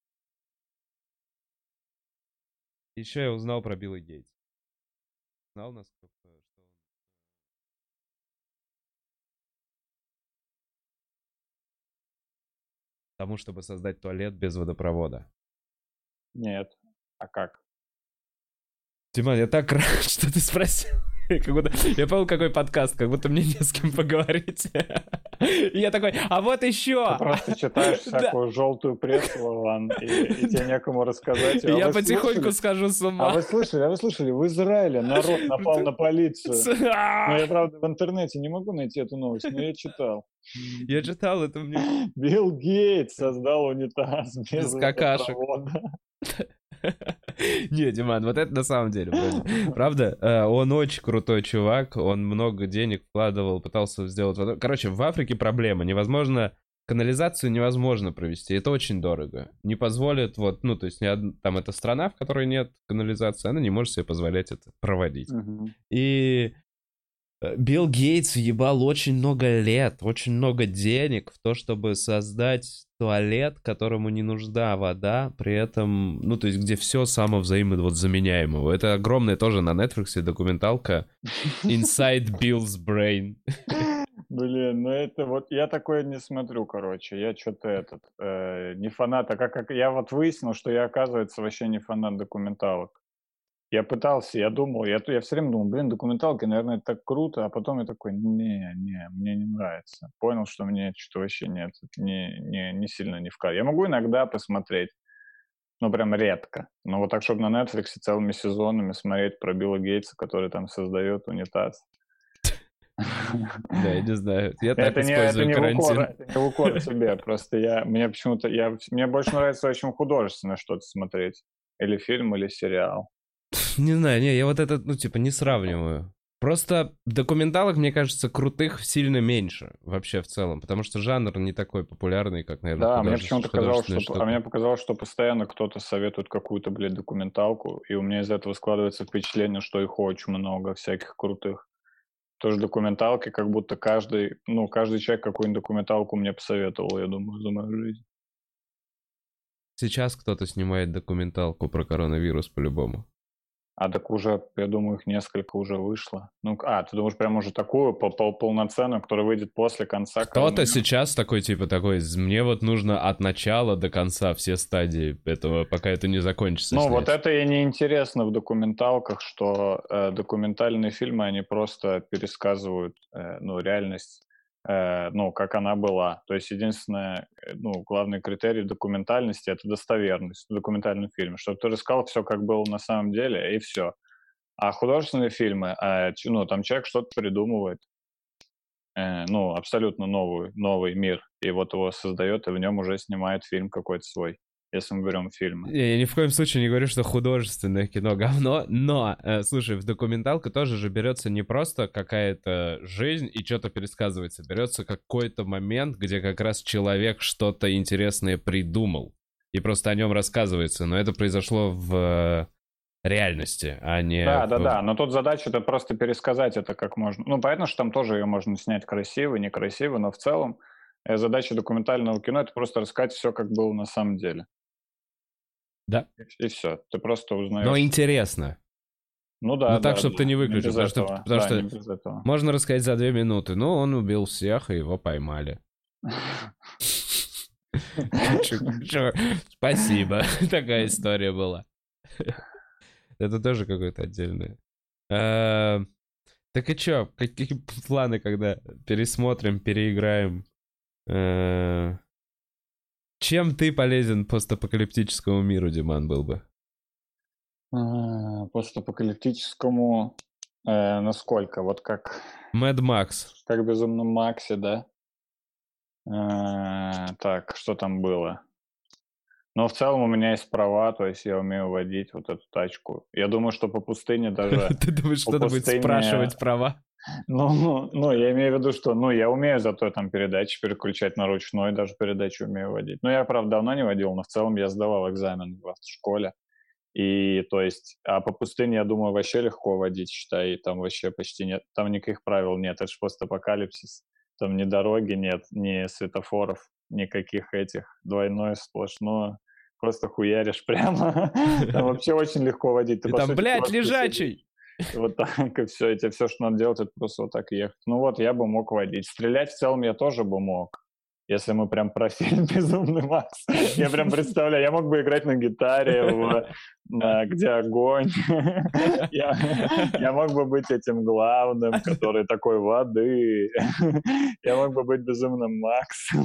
Еще я узнал про Билла Гейтса. Знал, насколько... Что он... Тому, чтобы создать туалет без водопровода. Нет. А как? Тимон, я так рад, что ты спросил. Как будто... Я понял, какой подкаст, как будто мне не с кем поговорить. И я такой, а вот еще! Ты просто читаешь всякую желтую прессу, Вован, и, и тебе некому рассказать. А я потихоньку слышали? Схожу с ума. А вы слышали, а вы слышали, в Израиле народ напал на полицию. Но я, правда, в интернете не могу найти эту новость, но я читал. Я читал, это мне... Билл Гейтс создал унитаз без водопровода. Не, Диман, вот это на самом деле, правда, он очень крутой чувак, он много денег вкладывал, пытался сделать... Короче, в Африке проблема, невозможно... Канализацию невозможно провести, это очень дорого. Не позволит, вот, ну, то есть, не од... там эта страна, в которой нет канализации, она не может себе позволять это проводить. Uh-huh. И Билл Гейтс въебал очень много лет, очень много денег в то, чтобы создать туалет, которому не нужна вода, при этом, ну, то есть, где все самовзаимно вот заменяемого. Это огромная тоже на Netflix документалка Inside Bill's Brain. Блин, ну это вот, я такое не смотрю, короче, я что-то этот, э, не фанат, а как, как я вот выяснил, что я, оказывается, вообще не фанат документалок. Я пытался, я думал, я, я все время думал, блин, документалки, наверное, это так круто, а потом я такой, не, не, мне не нравится. Понял, что мне что-то вообще нет, не, не, не сильно не вкал. Я могу иногда посмотреть, ну, прям редко, но вот так, чтобы на Netflix целыми сезонами смотреть про Билла Гейтса, который там создает унитаз. Да, я не знаю. Я так это использую не, это карантин. Не это не в укор себе, просто я, мне почему-то, я, мне больше нравится очень художественно что-то смотреть. Или фильм, или сериал. Не знаю, не, я вот это, ну, типа, не сравниваю. Просто документалок, мне кажется, крутых сильно меньше вообще в целом, потому что жанр не такой популярный, как, наверное, да, мне почему-то казалось, что, а мне показалось, что постоянно кто-то советует какую-то, блядь, документалку, и у меня из этого складывается впечатление, что их очень много, всяких крутых. Тоже документалки, как будто каждый, ну, каждый человек какую-нибудь документалку мне посоветовал, я думаю, за мою жизнь. Сейчас кто-то снимает документалку про коронавирус по-любому. А так уже, я думаю, их несколько уже вышло. Ну, а, ты думаешь, прям уже такую полноценную, которая выйдет после конца? Кто-то сейчас такой, типа, такой, мне вот нужно от начала до конца все стадии этого, пока это не закончится. Ну, снять. Вот это и неинтересно в документалках, что э, документальные фильмы, они просто пересказывают, э, ну, реальность, э, ну, как она была. То есть единственное, ну, главный критерий документальности — это достоверность в документальном фильме, чтобы ты рассказал все, как было на самом деле, и все. А художественные фильмы, э, ну, там человек что-то придумывает, э, ну, абсолютно новый, новый мир, и вот его создает, и в нем уже снимает фильм какой-то свой. Если мы берем фильмы. Я, я ни в коем случае не говорю, что художественное кино говно, но, э, слушай, в документалку тоже же берется не просто какая-то жизнь и что-то пересказывается, берется какой-то момент, где как раз человек что-то интересное придумал, и просто о нем рассказывается, но это произошло в э, реальности, а не... Да, в... да, да, но тут задача — это просто пересказать это как можно. Ну, понятно, что там тоже ее можно снять красиво, некрасиво, но в целом э, задача документального кино — это просто рассказать все, как было на самом деле. Да. И все. Ты просто узнаешь. Но интересно. Ну да. Ну так, да, чтобы да. ты не выключил. Не потому что, этого. потому да, что не без этого. можно рассказать за две минуты. Ну, он убил всех, и его поймали. Спасибо. Такая история была. Это тоже какой-то отдельный. Так и чё? Какие планы, когда пересмотрим, переиграем? Чем ты полезен постапокалиптическому миру, Диман, был бы? А, постапокалиптическому э, насколько? Вот как... Мэд Макс. Как в Безумном Максе, да? Э, так, что там было? Но в целом у меня есть права, то есть я умею водить вот эту тачку. Я думаю, что по пустыне даже... Ты думаешь, кто-то будет спрашивать права? Ну, ну, ну, я имею в виду, что, ну, я умею зато там передачи переключать на ручной, даже передачу умею водить. Ну, я, правда, давно не водил, но в целом я сдавал экзамен в автошколе. И, то есть, а по пустыне, я думаю, вообще легко водить, считай, там вообще почти нет, там никаких правил нет, это же постапокалипсис. Там ни дороги нет, ни светофоров, никаких этих, двойное, сплошное. Просто хуяришь прямо. Там вообще очень легко водить. Ты там, блядь, лежачий! Вот так, и все, и тебе все, что надо делать, это просто вот так ехать. Ну вот, я бы мог водить. Стрелять в целом я тоже бы мог. Если мы прям про фильм «Безумный Макс», я прям представляю, я мог бы играть на гитаре, в, на, где огонь. я, я мог бы быть этим главным, который такой воды. я мог бы быть «Безумным Максом».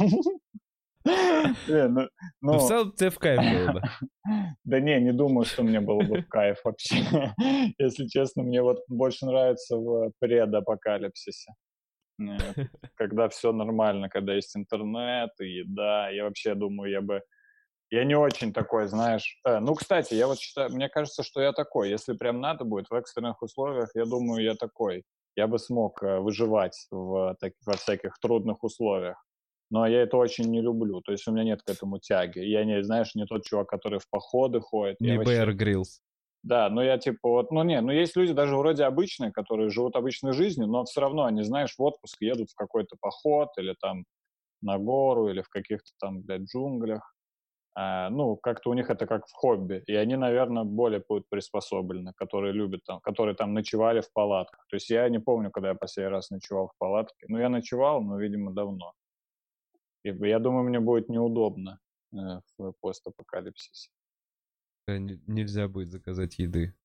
Не, ну, Ну, в ну, целом тебе в кайф было бы. да не, не думаю, что мне было бы в кайф вообще. Если честно, мне вот больше нравится в предапокалипсисе. Э, Когда все нормально, когда есть интернет и еда. Я вообще думаю, я бы... Я не очень такой, знаешь... Э, ну, кстати, я вот считаю... Мне кажется, что я такой. Если прям надо будет в экстренных условиях, я думаю, я такой. Я бы смог э, выживать в, так, во всяких трудных условиях. Но я это очень не люблю. То есть у меня нет к этому тяги. Я не, знаешь, не тот чувак, который в походы ходит. Я Не вообще... Bear Grylls. Да, но я типа вот, ну не, ну есть люди даже вроде обычные, которые живут обычной жизнью, но все равно они, знаешь, в отпуск едут в какой-то поход или там на гору или в каких-то там, блядь, джунглях. А, ну, как-то у них это как в хобби. И они, наверное, более будут приспособлены, которые любят там, которые там ночевали в палатках. То есть я не помню, когда я последний раз ночевал в палатке. Ну, я ночевал, но, видимо, давно. И я думаю, мне будет неудобно э, в постапокалипсисе. Н- Нельзя будет заказать еды.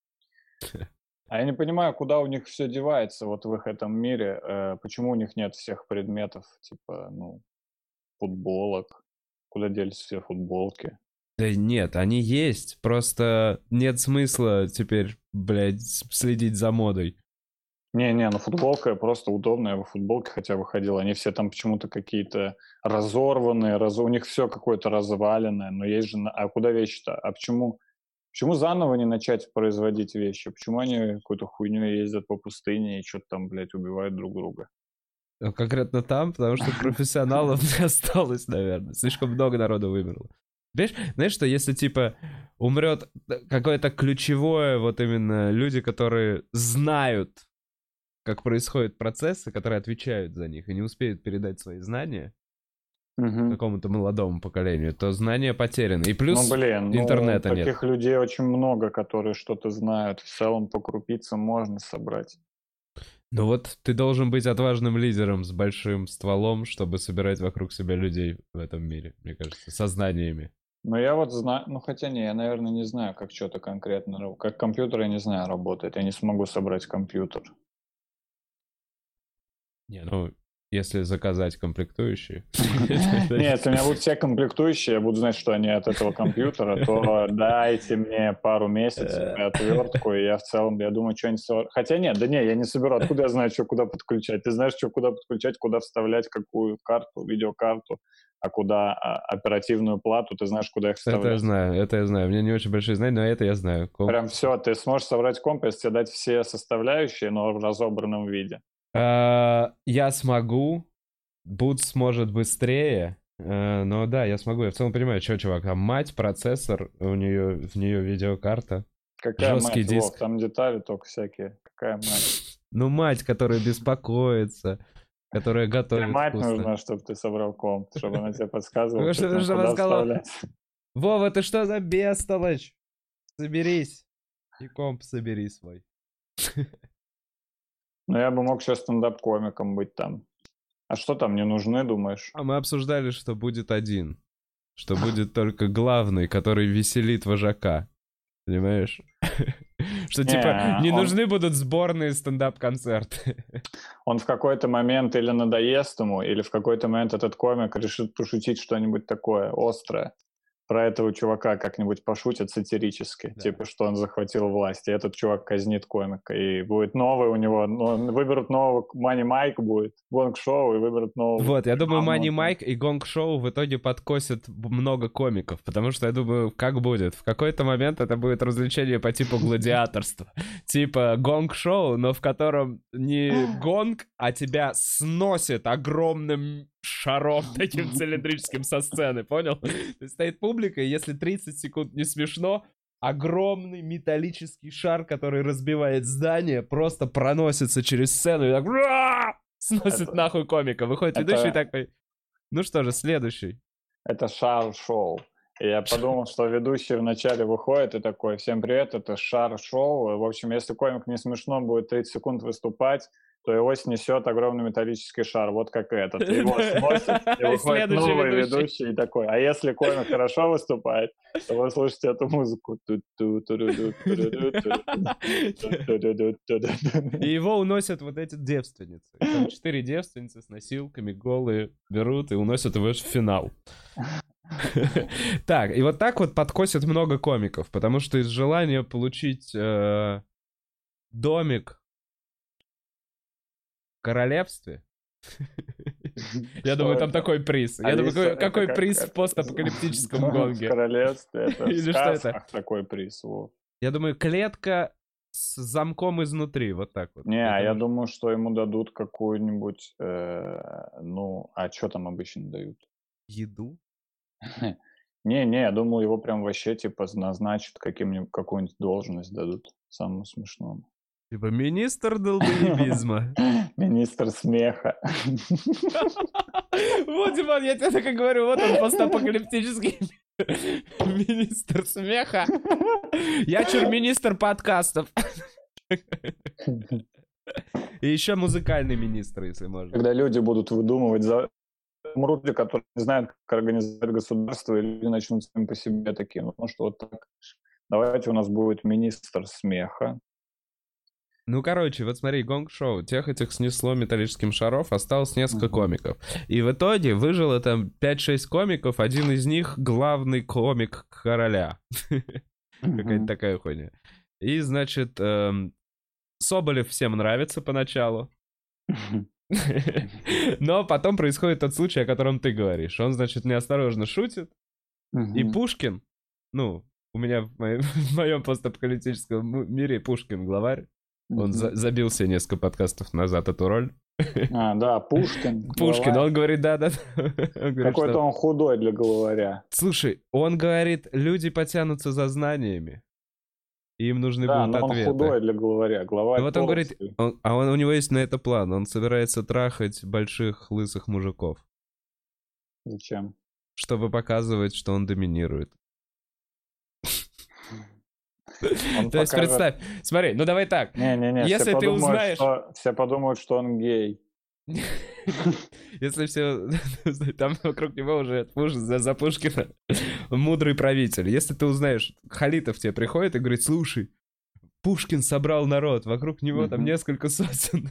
А я не понимаю, куда у них все девается вот в их этом мире, э, почему у них нет всех предметов, типа, ну, футболок, куда делись все футболки. Да нет, они есть, просто нет смысла теперь, блядь, с- следить за модой. Не-не, ну футболка просто удобная, во футболке хотя бы ходил, они все там почему-то какие-то разорванные, раз... у них все какое-то разваленное, но есть же, на- а куда вещи-то? А почему, почему заново не начать производить вещи? Почему они какую-то хуйню ездят по пустыне и что-то там, блядь, убивают друг друга? А конкретно там, потому что профессионалов не осталось, наверное. Слишком много народу вымерло. Знаешь, знаешь, что если, типа, умрет какое-то ключевое, вот именно люди, которые знают, как происходят процессы, которые отвечают за них и не успеют передать свои знания Мгм. какому-то молодому поколению, то знания потеряны. И Ну, плюс блин, ну, интернета нет. таких людей очень много, которые что-то знают. В целом по крупицам можно собрать. Ну вот ты должен быть отважным лидером с большим стволом, чтобы собирать вокруг себя людей в этом мире, мне кажется, со знаниями. Но я вот знаю, ну хотя не, я, наверное, не знаю, как что-то конкретно, раб- как компьютер, я не знаю, работает. Я не смогу собрать компьютер. Не, ну, если заказать комплектующие. Нет, если у меня будут все комплектующие, я буду знать, что они от этого компьютера, то дайте мне пару месяцев и отвертку, и я в целом, я думаю, что-нибудь... со- Хотя нет, да не, я не соберу. Откуда я знаю, что куда подключать? Ты знаешь, что куда подключать, куда вставлять, какую карту, видеокарту, а куда а, оперативную плату, ты знаешь, куда их Это я вставлять. знаю, это я знаю. У меня не очень большие знания, но это я знаю. Комп- Прям все, ты сможешь собрать комп, если тебе дать все составляющие, но в разобранном виде. А, Я смогу. Boot сможет быстрее. э, Но да, я смогу. Я в целом понимаю, что, чувак, а мать, процессор, у нее, в нее видеокарта, Какая жесткий мать, диск. Вов, там детали только всякие. Какая мать? Ну, мать, которая беспокоится, которая Тебе готовит мать вкусно. нужна, чтобы ты собрал комп, чтобы она тебе подсказывала, Ну, что что- там чтобы куда сказала, вставлять. Вова, ты что за бестолочь? Соберись. И комп собери свой. Но я бы мог еще стендап-комиком быть там. А что там, не нужны, думаешь? А мы обсуждали, что будет один. Что будет только главный, который веселит вожака. Понимаешь? Что типа Не, не он, нужны будут сборные стендап-концерты. он в какой-то момент или надоест ему, или в какой-то момент этот комик решит пошутить что-нибудь такое острое. Про этого чувака как-нибудь пошутят сатирически, Да. типа, что он захватил власть, и этот чувак казнит комика, и будет новый у него, ну, выберут нового, Мани Майк будет, гонг-шоу, и выберут нового. Вот, я думаю, главного Мани комика. Майк и Гонг Шоу в итоге подкосят б- много комиков, потому что я думаю, как будет? В какой-то момент это будет развлечение по типу гладиаторства. Типа Гонг Шоу, но в котором не гонг, а тебя сносит огромным шаром таким цилиндрическим со сцены, понял? То есть стоит публика, и если тридцать секунд не смешно, огромный металлический шар, который разбивает здание, просто проносится через сцену и так «Ра!» сносит Это- нахуй комика. Выходит это- ведущий такой, ну что же, следующий. Это шар-шоу. И я подумал, что ведущий вначале выходит и такой: всем привет, это шар-шоу. В общем, если комик не смешно будет тридцать секунд выступать, то его снесет огромный металлический шар, вот как этот. Его сносит, и выходит новый ведущий и такой. А если комик хорошо выступает, то вы слышите эту музыку. И его уносят вот эти девственницы. Там четыре девственницы с носилками, голые, берут и уносят его в финал. Так, и вот так вот подкосят много комиков, потому что из желания получить э, домик в королевстве, я думаю, там такой приз. Я думаю, какой приз в постапокалиптическом гонге? В королевстве, это в сказках такой приз. Я думаю, клетка с замком изнутри, вот так вот. Не, я думаю, что ему дадут какую-нибудь, ну, а что там обычно дают? Еду? Не-не, я думал, его прям вообще, типа, назначат, каким-нибудь, какую-нибудь должность дадут, самому смешному. Типа, министр долбоебизма. Министр смеха. Вот, Диман, я тебе так и говорю, вот он, постапокалиптический министр смеха. Я чур-министр подкастов. И еще музыкальный министр, если можно. Когда люди будут выдумывать за... Умрут люди, которые не знают, как организовать государство, и люди начнут сами по себе такие. Ну, что вот так. Давайте у нас будет министр смеха. Ну, короче, вот смотри, гонг-шоу. Тех этих снесло металлическим шаров, осталось несколько uh-huh. комиков. И в итоге выжило там пять-шесть комиков, один из них главный комик короля. Какая-то такая хуйня. И, значит, Соболев всем нравится поначалу. Но потом происходит тот случай, о котором ты говоришь. Он, значит, неосторожно шутит. И Пушкин, ну, у меня в моем, в моем постапокалиптическом мире Пушкин главарь. Он за- забил себе несколько подкастов назад эту роль. А, да, Пушкин. Пушкин, главарь. Он говорит, да-да. Какой-то что... он худой для главаря. Слушай, он говорит, люди потянутся за знаниями. И им нужны да, будут но ответы. Он худой для главаря. Главарь ну, вот он говорит, он, а он, у него есть на это план. Он собирается трахать больших лысых мужиков. Зачем? Чтобы показывать, что он доминирует. Он То покажет... есть представь, смотри, ну давай так. Не-не-не, если все ты подумают, узнаешь... Что... Все подумают, что он гей. Если все... Там вокруг него уже за, за Пушкина мудрый правитель. Если ты узнаешь, Халитов тебе приходит и говорит, слушай, Пушкин собрал народ, вокруг него там несколько сотен.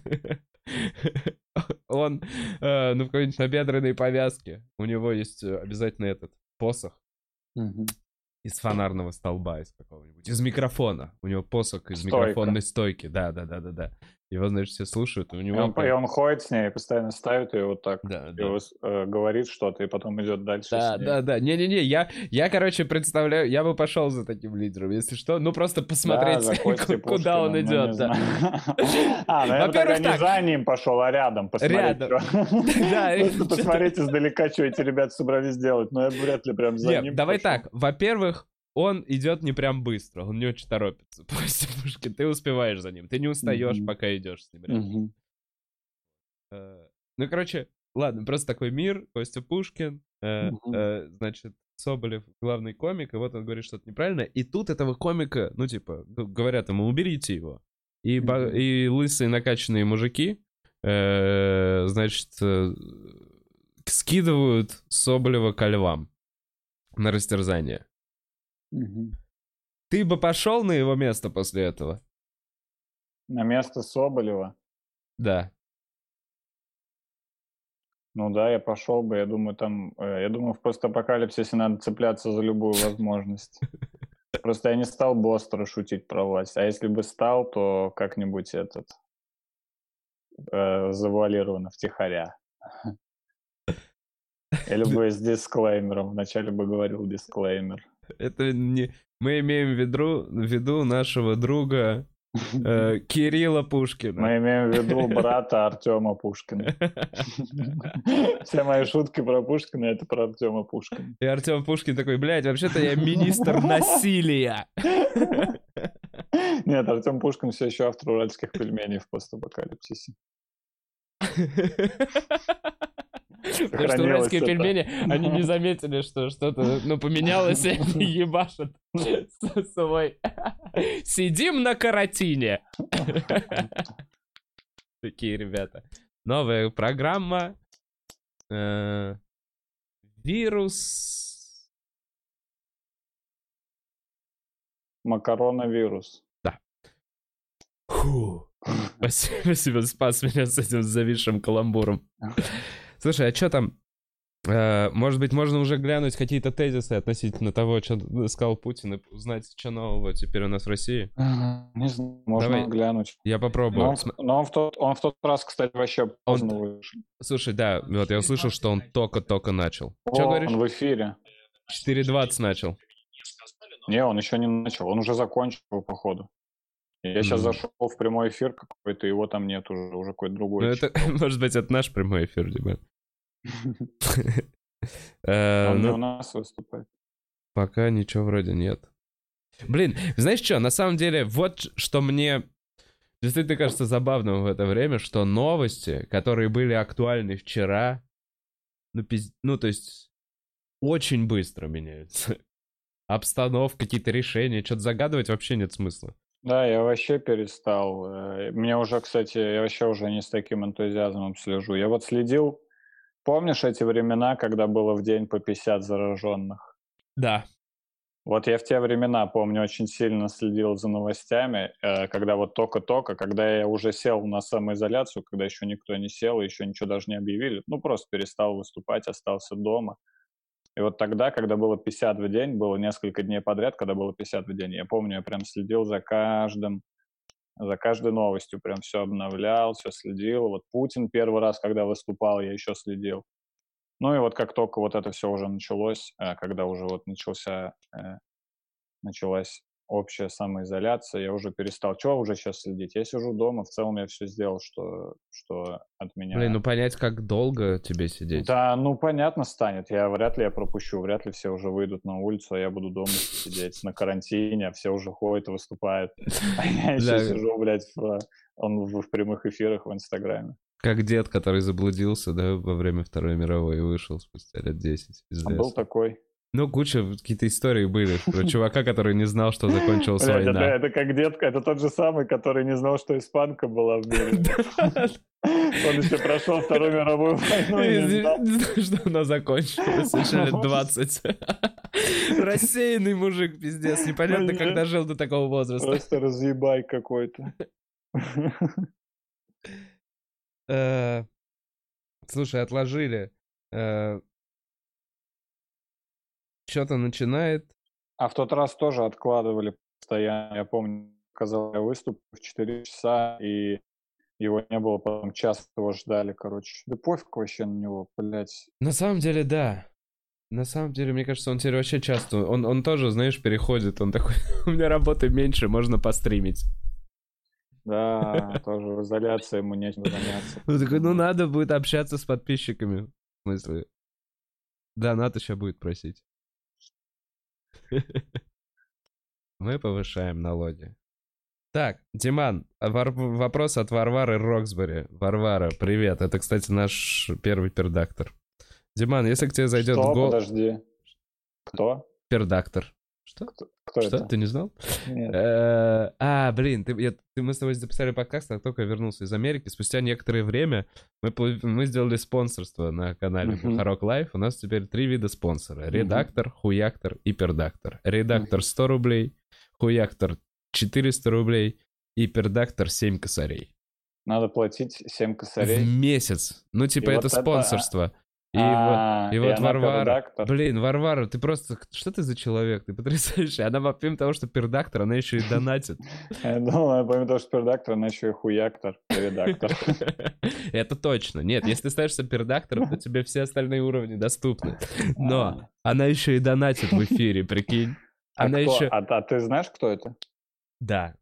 Он, э, ну, в какой-нибудь набедренной повязке. У него есть обязательно этот посох. Из фонарного столба, из какого-нибудь. Из микрофона. У него посох из Стойка. микрофонной стойки. Да, да, да, да, да. Его, значит, все слушают. И, у него и, он, и он ходит с ней, постоянно ставит ее вот так. Да, и да. он, э, говорит что-то, и потом идет дальше. Да, с ней. да, да. Не-не-не, я, я, короче, представляю, я бы пошел за таким лидером, если что. Ну, просто посмотреть, да, куда он идет. Ну, да. А, наверное, тогда не за ним пошел, а рядом посмотреть. Рядом. Да. Просто посмотреть издалека, что эти ребята собрались делать. Но я вряд ли прям за ним давай так. Во-первых, он идет не прям быстро, он не очень торопится. Пушкин, ты успеваешь за ним, ты не устаешь, mm-hmm. пока идешь с ним рядом. Mm-hmm. Uh, ну, короче, ладно, просто такой мир, Костя Пушкин, uh, mm-hmm. uh, значит, Соболев главный комик, и вот он говорит что-то неправильно, и тут этого комика, ну, типа, говорят ему, уберите его. И, mm-hmm. и лысые накачанные мужики, uh, значит, uh, скидывают Соболева ко львам на растерзание. Угу. Ты бы пошел на его место после этого? На место Соболева? Да. Ну да, я пошел бы. Я думаю, там, я думаю, в постапокалипсисе надо цепляться за любую возможность. Просто я не стал бы остро шутить про власть. А если бы стал, то как-нибудь этот э, завуалированно, втихаря. Или бы с дисклеймером. Вначале бы говорил дисклеймер. Это не... Мы имеем в виду, в виду нашего друга э, Кирилла Пушкина. Мы имеем в виду брата Артема Пушкина. Все мои шутки про Пушкина — это про Артема Пушкина. И Артем Пушкин такой, блядь, вообще-то я министр насилия. Нет, Артем Пушкин все еще автор уральских пельменей в постапокалипсисе. Потому что уральские это. пельмени, они не заметили, что что-то, ну, поменялось, и они ебашат свой. Сидим на каротине. Такие ребята. Новая программа. Э, вирус. Макаронавирус. Да. Фу. Спасибо, спасибо, спас меня с этим зависшим каламбуром. Слушай, а что там? Э, может быть, можно уже глянуть какие-то тезисы относительно того, что сказал Путин, и узнать, что нового теперь у нас в России? Не знаю, можно Давай. глянуть. Я попробую. Но он, См- но он в тот, он в тот раз, кстати, вообще поздно вышел. Слушай, да, вот я услышал, что он только-только начал. Что О, говоришь? Он в эфире. четыре двадцать начал. Не, он еще не начал, он уже закончил, походу. Я сейчас М. зашел в прямой эфир какой-то, его там нет уже, уже какой-то Ну, другой. это, может быть, это наш прямой эфир, Дима. чел. Э, Он не ну, у нас выступает. пока ничего вроде нет. Блин, знаешь что, на самом деле, вот ш- что мне действительно кажется забавным в это время, что новости, которые были актуальны вчера, ну, пиз- ну то есть, очень быстро меняются. Обстановка, какие-то решения, что-то загадывать вообще нет смысла. Да, я вообще перестал. э, Мне уже, кстати, я вообще уже не с таким энтузиазмом слежу. Я вот следил, помнишь эти времена, когда было в день по пятьдесят зараженных? Да. Вот я в те времена, помню, очень сильно следил за новостями, э, когда вот только-только, когда я уже сел на самоизоляцию, когда еще никто не сел, еще ничего даже не объявили, ну просто перестал выступать, остался дома. И вот тогда, когда было пятьдесят в день, было несколько дней подряд, когда было пятьдесят в день, я помню, я прям следил за каждым, за каждой новостью, прям все обновлял, все следил. Вот Путин первый раз, когда выступал, я еще следил. Ну и вот как только вот это все уже началось, э, когда уже вот начался, э, началась общая самоизоляция, я уже перестал. Чего уже сейчас следить? Я сижу дома, в целом я все сделал, что, что от меня... Блин, ну понять, как долго тебе сидеть. Да, ну понятно станет. Я вряд ли я пропущу, вряд ли все уже выйдут на улицу, а я буду дома сидеть на карантине, а все уже ходят и выступают. А я еще Да. сижу, блядь, в, он в, в прямых эфирах в Инстаграме. Как дед, который заблудился, да, во время Второй мировой и вышел спустя лет десять из А леса. был такой. Ну, куча какие-то истории были про чувака, который не знал, что закончилась Блядь, это, война. это как дед, это тот же самый, который не знал, что испанка была в мире. Он еще прошел Вторую мировую войну и не знал. Не знаю, что она закончилась еще лет двадцать. Рассеянный мужик, пиздец. Непонятно, Блин. как дожил до такого возраста. Просто разъебай какой-то. Э, Слушай, отложили. Что-то начинает. А в тот раз тоже откладывали постоянно. Я помню, сказал, я выступ в четыре часа, и его не было, потом час его ждали, короче. Да пофиг вообще на него, блядь. На самом деле, да. На самом деле, мне кажется, он теперь вообще часто... Он, он тоже, знаешь, переходит. Он такой, у меня работы меньше, можно постримить. Да, тоже в изоляции ему нечем заняться. Он такой, ну надо будет общаться с подписчиками. В смысле? Донат еще будет просить. Мы повышаем налоги. Так, Диман, вар- вопрос от Варвары Роксбери. Варвара, привет. Это, кстати, наш первый пердактор. Диман, если к тебе зайдет Что? гол... Подожди. Кто? Пердактор. Что? Кто, кто Что? это? Ты не знал? Нет. Э, А, блин, ты, я- ты- мы с тобой записали подкаст, как только я вернулся из Америки. Спустя некоторое время мы, пл- мы сделали спонсорство на канале Мгм. Бухарок Лайф. У нас теперь три вида спонсора. Мгм. Редактор, хуяктор и пердактор. Редактор сто рублей, хуяктор четыреста рублей и пердактор семь косарей. Надо платить семь В косарей. месяц. Ну, типа, И это вот это, а, спонсорство. И, А, вот, и и вот она Варвара... пердактор. Блин, Варвара, ты просто... Что ты за человек? Ты потрясающий. Она, помимо того, что пердактор, она еще и донатит. Я думал, помимо того, что пердактор, она еще и хуяктор, и редактор. Это точно. Нет, если ты ставишься пердактором, то тебе все остальные уровни доступны. Но она еще и донатит в эфире, прикинь. А Она кто? еще... А, а ты знаешь, кто это? Да.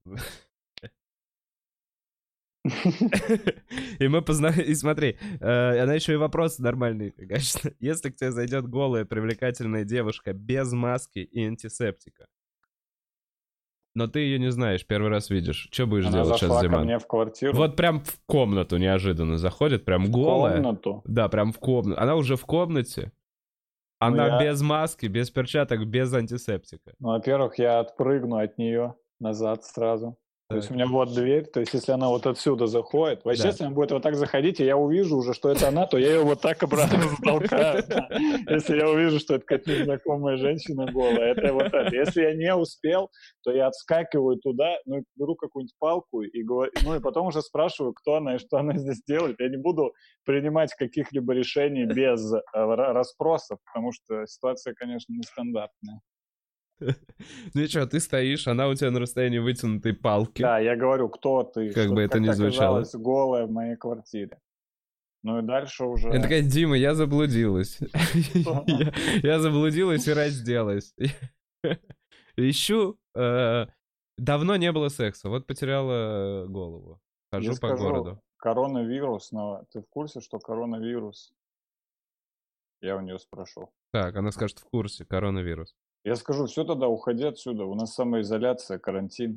И мы познаем... И смотри, э, она еще и вопросы нормальные, конечно. Если к тебе зайдет голая, привлекательная девушка без маски и антисептика, но ты ее не знаешь, первый раз видишь, что будешь Она делать сейчас, зашла ко Диман? мне в квартиру. Вот прям в комнату неожиданно заходит, прям в голая. комнату. Да, прям в комнату. Она уже в комнате. Она Ну, я- без маски, без перчаток, без антисептика. Ну, во-первых, я отпрыгну от нее назад сразу. То есть у меня вот дверь, то есть если она вот отсюда заходит, вообще, Да. если она будет вот так заходить, и я увижу уже, что это она, то я ее вот так обратно затолкаю. Если я увижу, что это какая-то незнакомая женщина голая, это вот это. Если я не успел, то я отскакиваю туда, ну, беру какую-нибудь палку, и говорю, ну, и потом уже спрашиваю, кто она и что она здесь делает. Я не буду принимать каких-либо решений без э, расспросов, потому что ситуация, конечно, нестандартная. Ну и что, ты стоишь, она у тебя на расстоянии вытянутой палки. Да, я говорю, кто ты, Как что бы это как ни ты звучало. оказалась голая в моей квартире. Ну и дальше уже... Я такая, Дима, я заблудилась. Я я заблудилась и разделась. Ищу. э, Давно не было секса, вот потеряла голову. Я Хожу по скажу, городу. коронавирус, но ты в курсе, что коронавирус? Я у нее спрошу. Так, она скажет в курсе, коронавирус. Я скажу, все тогда, уходи отсюда, у нас самоизоляция, карантин.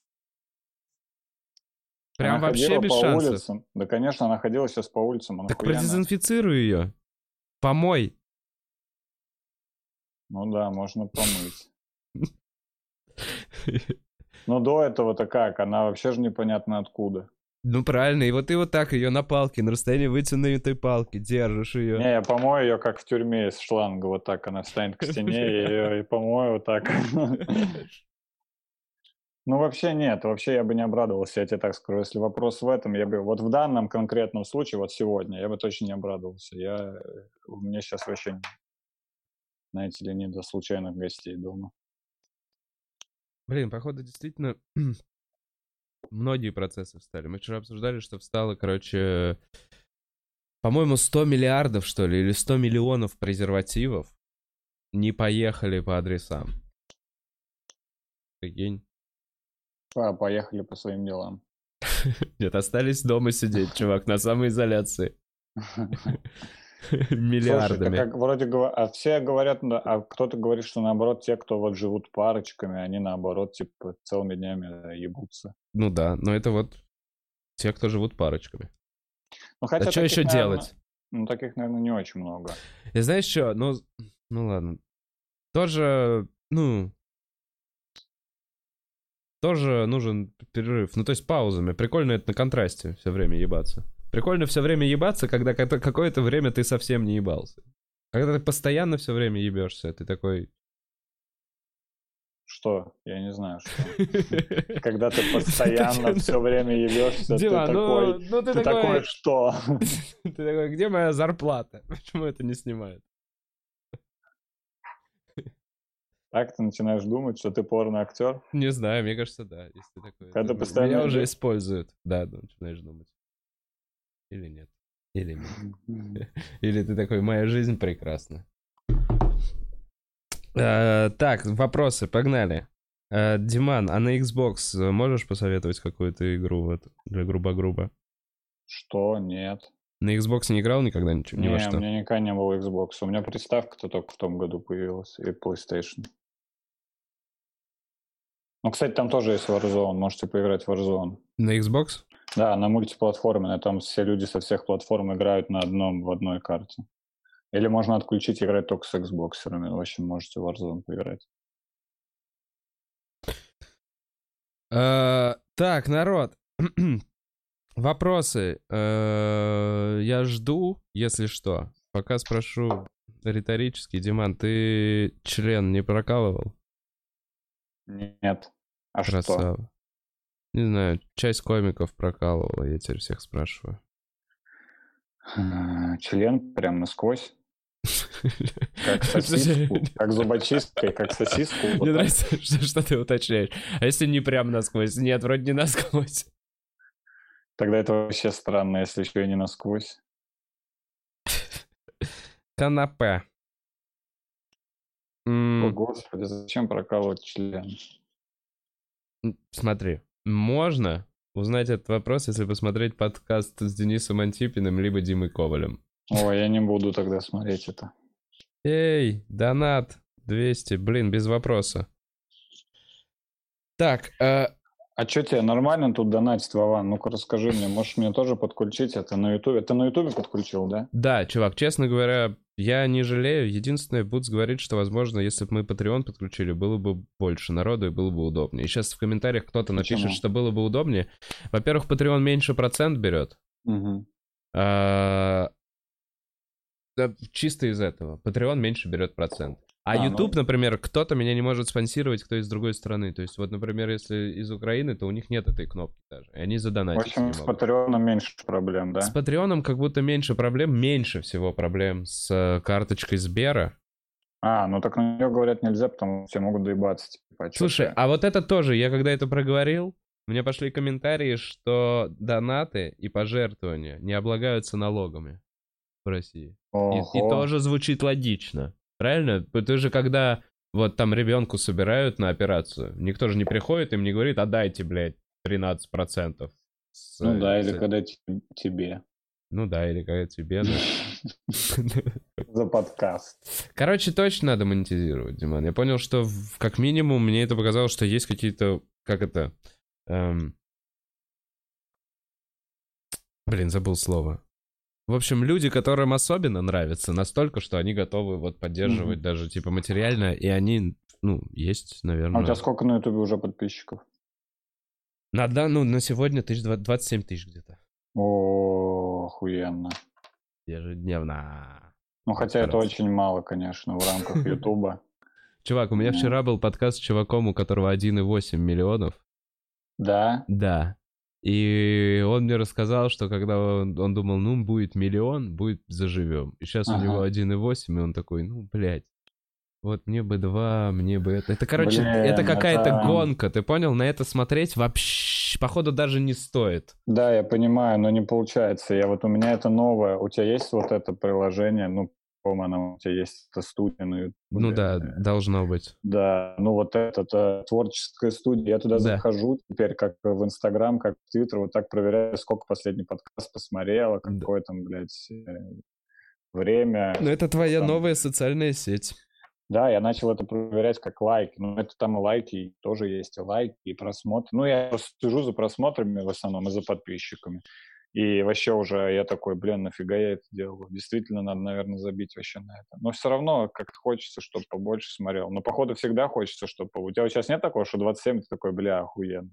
Прям Она вообще ходила без по шансов. улицам. Да, конечно, она ходила сейчас по улицам. а Так нахуя она- продезинфицируй ее. Помой. Ну да, можно помыть. Но до этого-то как? Она вообще же непонятно откуда. Ну правильно, и вот ты вот так ее на палке, на расстоянии вытянутой палки, держишь ее. Не, я помою ее как в тюрьме из шланга, вот так она встанет к стене, я ее и помою вот так. Ну, вообще нет, вообще я бы не обрадовался, я тебе так скажу. Если вопрос в этом, я бы, вот в данном конкретном случае, вот сегодня, я бы точно не обрадовался. Я, э, у меня сейчас вообще, знаете ли, не до случайных гостей дома. Блин, походу, действительно, многие процессы встали. Мы вчера обсуждали, что встало, короче, по-моему, сто миллиардов, что ли, или сто миллионов презервативов не поехали по адресам. Прикинь. А, поехали по своим делам. Нет, остались дома сидеть, чувак, на самоизоляции. Слушай, Миллиардами. так как вроде говор- а все говорят, да, а кто-то говорит, что наоборот, те, кто вот живут парочками, они наоборот, типа, целыми днями ебутся. Ну да, но это вот те, кто живут парочками. Ну, хотя А что таких, еще наверное, делать? Ну, таких, наверное, не очень много. И знаешь что, ну, ну ладно. Тоже, ну, тоже нужен перерыв. Ну, то есть паузами. Прикольно это на контрасте все время ебаться. Прикольно все время ебаться, когда ка- какое-то время ты совсем не ебался. Когда ты постоянно все время ебешься, ты такой... Что? Я не знаю, что. Когда ты постоянно все время ебешься, ты Дима, ну, такой... ну ты Ты такой... такой, что? Ты такой, где моя зарплата? Почему это не снимают? Так ты начинаешь думать, что ты порно-актер? Не знаю, мне кажется, да. Если ты такой... Когда думаешь, постоянно меня уже еб- используют. Да, да, начинаешь думать. Или нет. Или нет. Или ты такой, моя жизнь прекрасна. Э, Так, вопросы, погнали. Э, Диман, а на Xbox можешь посоветовать какую-то игру вот, для грубо-грубо? Что? Нет. На Xbox не играл никогда ничего, ни Не, во у что? меня никогда не было Xbox. У меня приставка-то только в том году появилась. И PlayStation. Ну, кстати, там тоже есть Warzone. Можете поиграть в Warzone. На Xbox? Да, на мультиплатформе. Там все люди со всех платформ играют на одном, в одной карте. Или можно отключить и играть только с Xboxерами. В общем, можете в Warzone поиграть. Э, Так, народ. Вопросы. Э, Я жду, если что. Пока спрошу риторически. Диман, ты член не прокалывал? Нет. А что? Красава. Не знаю, часть комиков прокалывала, я теперь всех спрашиваю. М, Член прям насквозь. Как сосиску. Как зубочисткой, как сосиску. вот Мне так. нравится, что, что ты уточняешь. А если не прям насквозь? Нет, вроде не насквозь. Тогда это вообще странно, если еще и не насквозь. Канапе. О, М, господи, зачем прокалывать член? м, Смотри, можно узнать этот вопрос, если посмотреть подкаст с Денисом Антипиным либо Димой Ковалем. Ой, я не буду тогда смотреть это. Эй, донат двести, блин, без вопроса. Так, э, А А что тебе нормально тут донатить, Вован? Ну-ка расскажи мне, можешь мне тоже подключить это на Ютубе? Ты на Ютубе подключил, да? Да, чувак, честно говоря, я не жалею. Единственное, Бутс говорит, что, возможно, если бы мы Patreon подключили, было бы больше народу и было бы удобнее. И сейчас в комментариях кто-то напишет, Почему? что было бы удобнее. Во-первых, Patreon меньше процент берет. Угу. А, да, чисто из этого. Patreon меньше берет процент. А, А, YouTube, ну, например, кто-то меня не может спонсировать, кто из другой страны. То есть, вот, например, если из Украины, то у них нет этой кнопки даже. И они в задонатиться не общем, с могут. Патреоном меньше проблем, С да? Патреоном как будто меньше проблем, меньше всего проблем с э, карточкой Сбера. А, ну так на нее, говорят, нельзя, потому что все могут доебаться. Типа, а чё Слушай, ты? а вот это тоже, я когда это проговорил, мне пошли комментарии, что донаты и пожертвования не облагаются налогами в России. И, и Ого. тоже звучит логично. Правильно? Ты же когда вот там ребенку собирают на операцию, никто же не приходит им не говорит, отдайте, блядь, тринадцать процентов. С, Ну да, или с- когда те- тебе. Ну да, или когда тебе, да. За подкаст. Короче, точно надо монетизировать, Диман. Я понял, что в- как минимум мне это показалось, что есть какие-то, как это, эм, блин, забыл слово. В общем, люди, которым особенно нравится, настолько, что они готовы вот поддерживать Мгм. даже типа материально, и они, ну, есть, А у тебя наверное. сколько на Ютубе уже подписчиков? На, да, ну, на сегодня тысяч двадцать двадцать семь тысяч где-то. О, охуенно. Ежедневно. Ну, хотя это Старался. очень мало, конечно, в рамках Ютуба. Чувак, у меня Ну, вчера был подкаст с чуваком, у которого один и восемь миллионов. да. Да. И он мне рассказал, что когда он, он думал, ну, будет миллион, будет заживем. И сейчас у него Ага. один и восемь, и он такой, ну, блядь, вот мне бы два, мне бы это. Это, короче, Блин, это какая-то это... гонка, ты понял? На это смотреть вообще, походу, даже не стоит. Да, я понимаю, но не получается. Я вот у меня это новое. У тебя есть вот это приложение, ну, по-моему, у тебя есть эта студия на Ну Ютубе. да, должно быть. Да, ну вот это э, творческая студия. Я туда Да. захожу теперь как в Инстаграм, как в Твиттер, вот так проверяю, сколько последний подкаст посмотрела, Да. какое там, блядь, э, время. Ну, это твоя Там. новая социальная сеть. Да, я начал это проверять как лайки. Ну, это там и лайки тоже есть, и лайки, и просмотры. Ну, я просто слежу за просмотрами в основном и за подписчиками. И вообще уже я такой, блин, нафига я это делаю? Действительно, надо, наверное, забить вообще на это. Но все равно как-то хочется, чтобы побольше смотрел. Но, походу, всегда хочется, чтобы... У тебя сейчас нет такого, что двадцать семь, ты такой, бля, охуенно.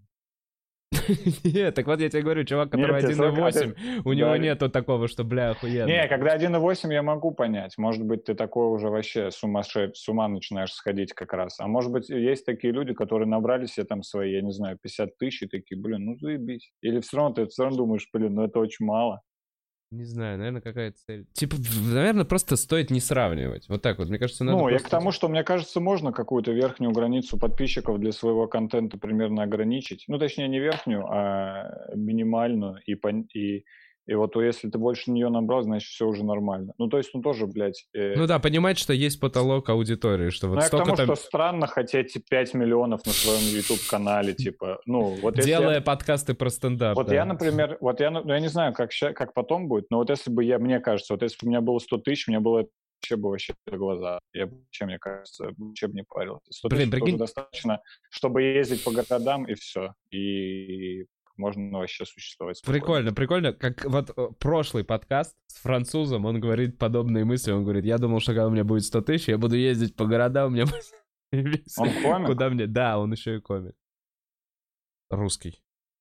Нет, так вот я тебе говорю, чувак, который Нет, тебе один и сорок, а ты- восемь, у него да. нету такого, что, бля, охуенно. Не, когда один и восемь я могу понять. Может быть, ты такой уже вообще с ума, ше- с ума начинаешь сходить как раз. А может быть, есть такие люди, которые набрали себе там свои, я не знаю, пятьдесят тысяч и такие, блин, ну заебись. Или все равно ты все равно думаешь, блин, ну это очень мало. Не знаю, наверное, какая-то цель. Типа, в- наверное, просто стоит не сравнивать. Вот так вот, мне кажется, надо Ну, я просто... к тому, что, мне кажется, можно какую-то верхнюю границу подписчиков для своего контента примерно ограничить. Ну, точнее, не верхнюю, а минимальную. И, пон- и, и вот если ты больше нее набрал, значит, все уже нормально. Ну, то есть, ну, тоже, блядь... э, Ну да, понимать, что есть потолок аудитории, что Ну, вот я к тому, столько-то... что странно хотеть пять миллионов на своем YouTube-канале, типа, ну, вот если... Делая я- подкасты про стендап, Вот да. я, например, вот я, ну, я не знаю, как, ща- как потом будет, но вот если бы я, мне кажется, вот если бы у меня было сто тысяч, мне было вообще бы вообще за глаза. Я бы вообще, мне кажется, вообще бы не парился. сто Блин, тысяч прикинь- тоже достаточно, чтобы ездить по городам, и все. И можно вообще существовать спокойно. Прикольно, прикольно, как вот э, прошлый подкаст с французом, он говорит подобные мысли, он говорит, я думал, что когда у меня будет сто тысяч, я буду ездить по городам, у меня будет... Он комик? Куда мне? Да, он еще и комик. Русский.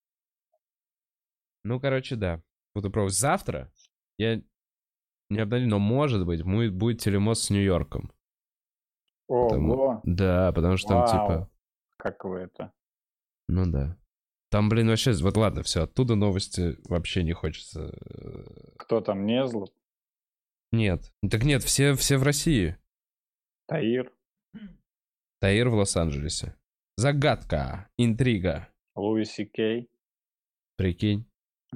Ну, короче, да. Буду пробовать. Завтра я не обновлю, но может быть будет, будет телемост с Нью-Йорком. Потому- Ого, Да, потому что там Вау. типа... как вы это? Ну да. Там, блин, вообще... Вот ладно, все, оттуда новости вообще не хочется. э, Кто там, Незл? Нет. Так нет, все, все в России. Таир? Таир в Лос-Анджелесе. Загадка, интрига. Луи Си Кей? Прикинь.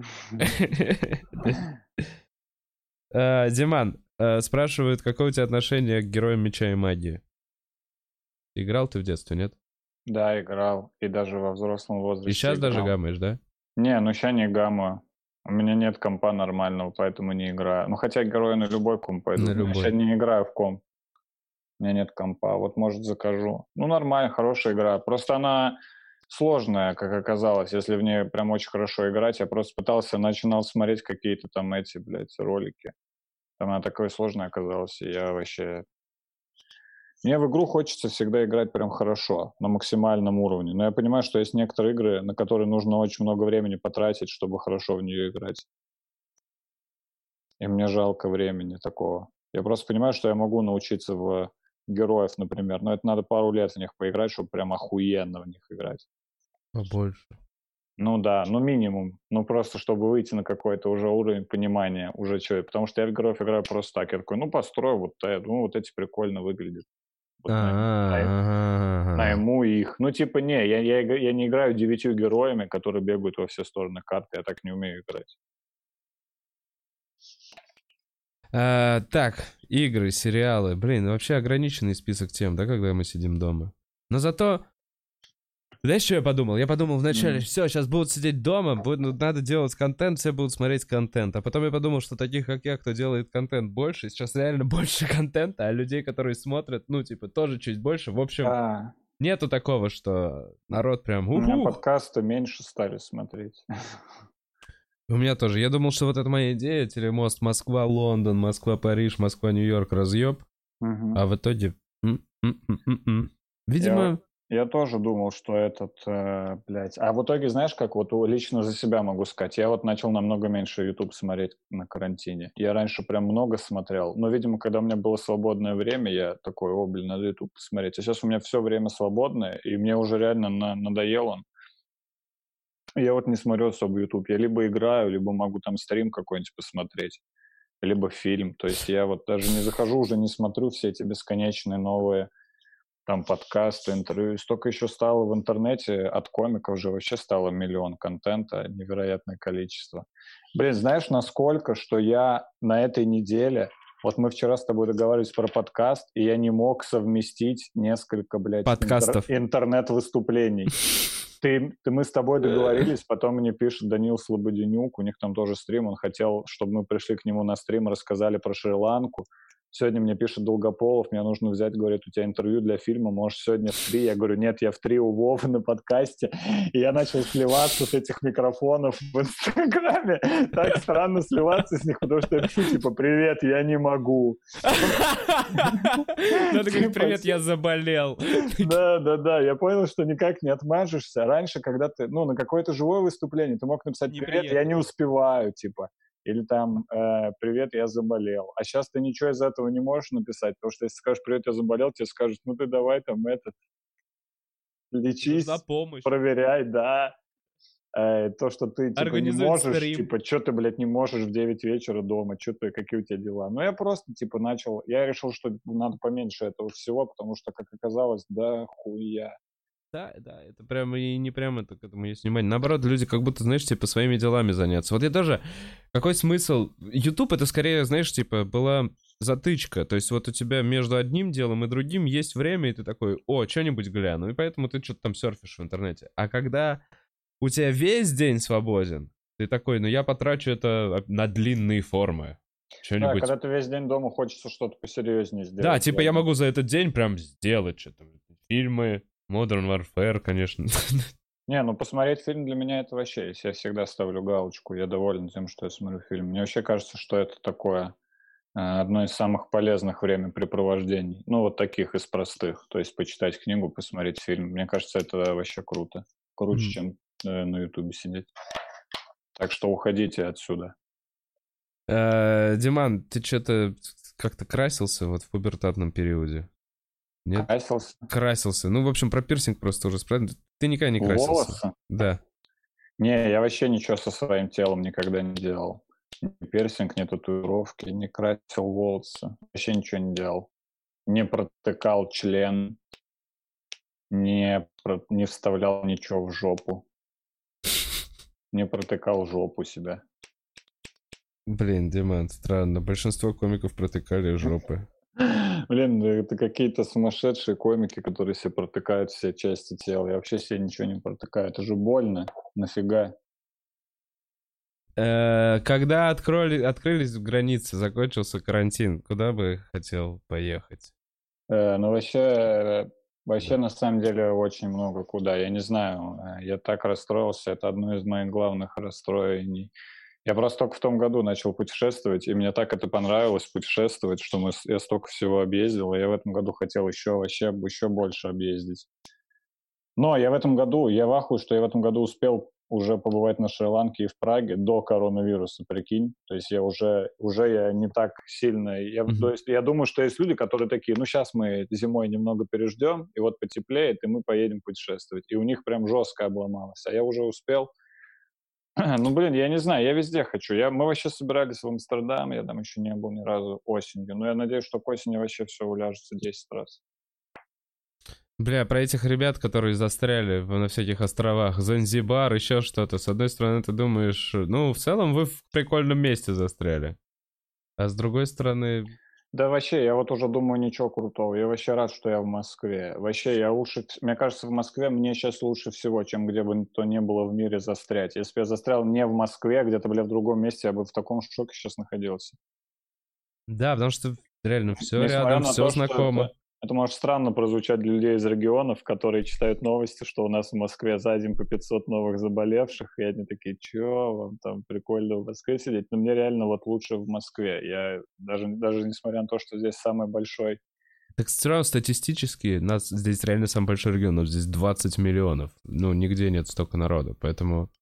Э, Диман, э, спрашивают, какое у тебя отношение к героям Меча и Магии? Играл ты в детстве, нет? Да, играл. И даже во взрослом возрасте И сейчас даже играл. гамаешь, да? Не, ну сейчас не гамма. У меня нет компа нормального, поэтому не играю. Ну, хотя герои на любой комп пойдут. На Но любой. Я сейчас не играю в комп. У меня нет компа. Вот, может, закажу. Ну, нормально, хорошая игра. Просто она сложная, как оказалось, если в ней прям очень хорошо играть. Я просто пытался, начинал смотреть какие-то там эти, блядь, ролики. Там она такой сложной оказалась, и я вообще... Мне в игру хочется всегда играть прям хорошо, на максимальном уровне. Но я понимаю, что есть некоторые игры, на которые нужно очень много времени потратить, чтобы хорошо в нее играть. И мне жалко времени такого. Я просто понимаю, что я могу научиться в героев, например, но это надо пару лет в них поиграть, чтобы прям охуенно в них играть. Побольше. Ну да, ну минимум. Ну просто, чтобы выйти на какой-то уже уровень понимания, уже что. Потому что я в героев играю просто так. Я такой, ну построю вот это, ну вот эти прикольно выглядят. Вот А-а-а. найму их. Ну типа не, я, я, я не играю девятью героями, которые бегают во все стороны карты. Я так не умею играть. А, так, игры, сериалы. Блин, вообще ограниченный список тем, да, когда мы сидим дома. Но зато... Знаешь, что я подумал? Я подумал вначале, mm. все, сейчас будут сидеть дома, будет, ну, надо делать контент, все будут смотреть контент. А потом я подумал, что таких, как я, кто делает контент больше, сейчас реально больше контента, а людей, которые смотрят, ну, типа, тоже чуть больше. В общем, а... нету такого, что народ прям... У меня подкасты меньше стали смотреть. У меня тоже. Я думал, что вот это моя идея, телемост Москва-Лондон, Москва-Париж, Москва-Нью-Йорк, разъеб. Mm-hmm. А в итоге... Видимо... Я... Я тоже думал, что этот, э, блядь... А в итоге, знаешь, как вот лично за себя могу сказать, я вот начал намного меньше YouTube смотреть на карантине. Я раньше прям много смотрел, но, видимо, когда у меня было свободное время, я такой, о, блин, надо YouTube посмотреть. А сейчас у меня все время свободное, и мне уже реально на- надоел он. Я вот не смотрю особо YouTube. Я либо играю, либо могу там стрим какой-нибудь посмотреть, либо фильм. То есть я вот даже не захожу, уже не смотрю все эти бесконечные новые... там подкасты, интервью. Столько еще стало в интернете, от комиков уже вообще стало миллион контента, невероятное количество. Блин, знаешь, насколько, что я на этой неделе, вот мы вчера с тобой договаривались про подкаст, и я не мог совместить несколько, блядь, подкастов. Интер- интернет-выступлений. Ты, ты, мы с тобой договорились, потом мне пишет Данил Слободенюк, у них там тоже стрим, он хотел, чтобы мы пришли к нему на стрим, рассказали про Шри-Ланку. Сегодня мне пишет Долгополов, мне нужно взять, говорит, у тебя интервью для фильма, можешь сегодня в три? Я говорю, нет, я в три у Вовы на подкасте. И я начал сливаться с этих микрофонов в Инстаграме. Так странно сливаться с них, потому что я пишу, типа, привет, я не могу. Надо говорить, привет, я заболел. Да, да, да, я понял, что никак не отмажешься. Раньше, когда ты, ну, на какое-то живое выступление, ты мог написать, привет, я не успеваю, типа. Или там э, «Привет, я заболел». А сейчас ты ничего из этого не можешь написать, потому что если скажешь «Привет, я заболел», тебе скажут «Ну ты давай там этот, лечись, проверяй, да». Э, то, что ты типа не можешь, стрим. Типа, что ты, блядь, не можешь в девять вечера дома, что ты, какие у тебя дела. Ну я просто типа начал, я решил, что надо поменьше этого всего, потому что, как оказалось, да хуя. Да, да, это прямо и не прямо это к этому есть внимание. Наоборот, люди как будто, знаешь, типа своими делами заняться. Вот я тоже... Какой смысл? YouTube это скорее, знаешь, типа была затычка. То есть вот у тебя между одним делом и другим есть время, и ты такой, о, что-нибудь гляну. И поэтому ты что-то там серфишь в интернете. А когда у тебя весь день свободен, ты такой, ну я потрачу это на длинные формы. Да, когда ты весь день дома, хочется что-то посерьезнее сделать. Да, типа я могу за этот день прям сделать что-то. Фильмы... Modern Warfare, конечно. Не, ну посмотреть фильм для меня это вообще, если я всегда ставлю галочку, я доволен тем, что я смотрю фильм. Мне вообще кажется, что это такое одно из самых полезных времяпрепровождений. Ну, вот таких из простых. То есть почитать книгу, посмотреть фильм. Мне кажется, это вообще круто. Круче, mm. чем э, на Ютубе сидеть. Так что уходите отсюда. Э, Диман, ты что-то как-то красился вот в пубертатном периоде? Нет? Красился? Красился. Ну, в общем, про пирсинг просто уже спросил. Ты никогда не красился? Волосы? Да. Не, я вообще ничего со своим телом никогда не делал. Ни пирсинг, ни татуировки, не красил волосы. Вообще ничего не делал. Не протыкал член, не, про... не вставлял ничего в жопу. Не протыкал жопу себя. Блин, Диман, странно. Большинство комиков протыкали жопы. Блин, это какие-то сумасшедшие комики, которые себе протыкают все части тела. Я вообще себе ничего не протыкаю. Это же больно. Нафига? Когда открыли, открылись границы, закончился карантин, куда бы хотел поехать? Ну, вообще, Вообще, Да. на самом деле, очень много куда. Я не знаю, э, я так расстроился. Это одно из моих главных расстроений. Я просто только в том году начал путешествовать, и мне так это понравилось путешествовать, что мы, с- я столько всего объездил, и я в этом году хотел еще вообще еще больше объездить. Но я в этом году, я в ахуе, что я в этом году успел уже побывать на Шри-Ланке и в Праге до коронавируса, прикинь. То есть я уже, уже я не так сильно... Я, то Мгм. есть я думаю, что есть люди, которые такие, ну сейчас мы зимой немного переждем, и вот потеплеет, и мы поедем путешествовать. И у них прям жестко обломалось. А я уже успел. Ну, блин, я не знаю, я везде хочу. Я, мы вообще собирались в Амстердам, я там еще не был ни разу осенью. Но я надеюсь, что к осени вообще все уляжется десять раз. Бля, про этих ребят, которые застряли в- на всяких островах, Занзибар, еще что-то. С одной стороны, ты думаешь, ну, в целом вы в прикольном месте застряли. А с другой стороны, Да вообще, я вот уже думаю, ничего крутого. Я вообще рад, что я в Москве. Вообще, я лучше... вс- Мне кажется, в Москве мне сейчас лучше всего, чем где бы то ни было в мире застрять. Если бы я застрял не в Москве, а где-то, бля, в другом месте, я бы в таком шоке сейчас находился. да, потому что реально все Несмотря рядом, на все то, что знакомо. это, это может странно прозвучать для людей из регионов, которые читают новости, что у нас в Москве за день по пятьсот новых заболевших, и они такие, чё, вам там прикольно в Москве сидеть? Но мне реально вот лучше в Москве. Я даже, даже несмотря на то, что здесь самый большой... Так все равно статистически нас здесь реально самый большой регион, у нас здесь двадцать миллионов. Ну, нигде нет столько народа, поэтому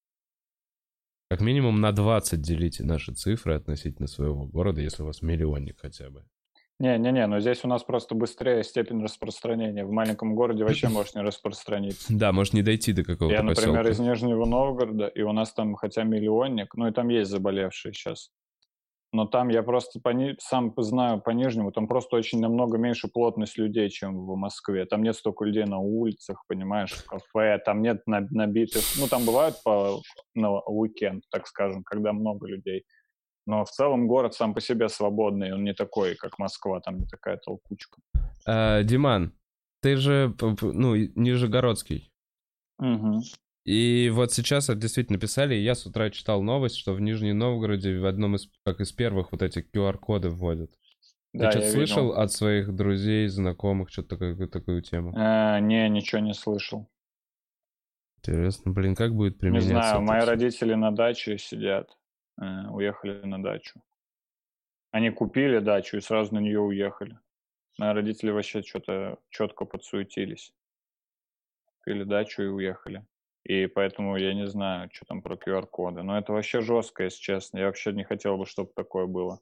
как минимум на двадцать делите наши цифры относительно своего города, если у вас миллионник хотя бы. Не-не-не, но здесь у нас просто быстрее степень распространения. В маленьком городе вообще можешь не распространиться. Да, может не дойти до какого-то Я, например, поселка. из Нижнего Новгорода, и у нас там хотя миллионник, ну и там есть заболевшие сейчас. Но там я просто по ни... сам знаю по Нижнему, там просто очень намного меньше плотность людей, чем в Москве. Там нет столько людей на улицах, понимаешь, в кафе, там нет на- набитых... Ну, там бывают по... на уикенд, так скажем, когда много людей. Но в целом город сам по себе свободный, он не такой, как Москва, там не такая толкучка. А, Диман, ты же, п- п- ну, и- нижегородский. Угу. И вот сейчас это действительно писали, и я с утра читал новость, что в Нижнем Новгороде в одном из, как из первых, вот эти ку ар-коды вводят. Ты Да, что-то я слышал видел. от своих друзей, знакомых, что-то такое, такую тему? Э, не, ничего не слышал. Интересно, блин, как будет Не применяться знаю, это мои все? родители на даче сидят, э, уехали на дачу. Они купили дачу и сразу на нее уехали. Мои родители вообще что-то четко подсуетились. Купили дачу и уехали. И поэтому я не знаю, что там про ку ар-коды. Но это вообще жестко, если честно. Я вообще не хотел бы, чтобы такое было.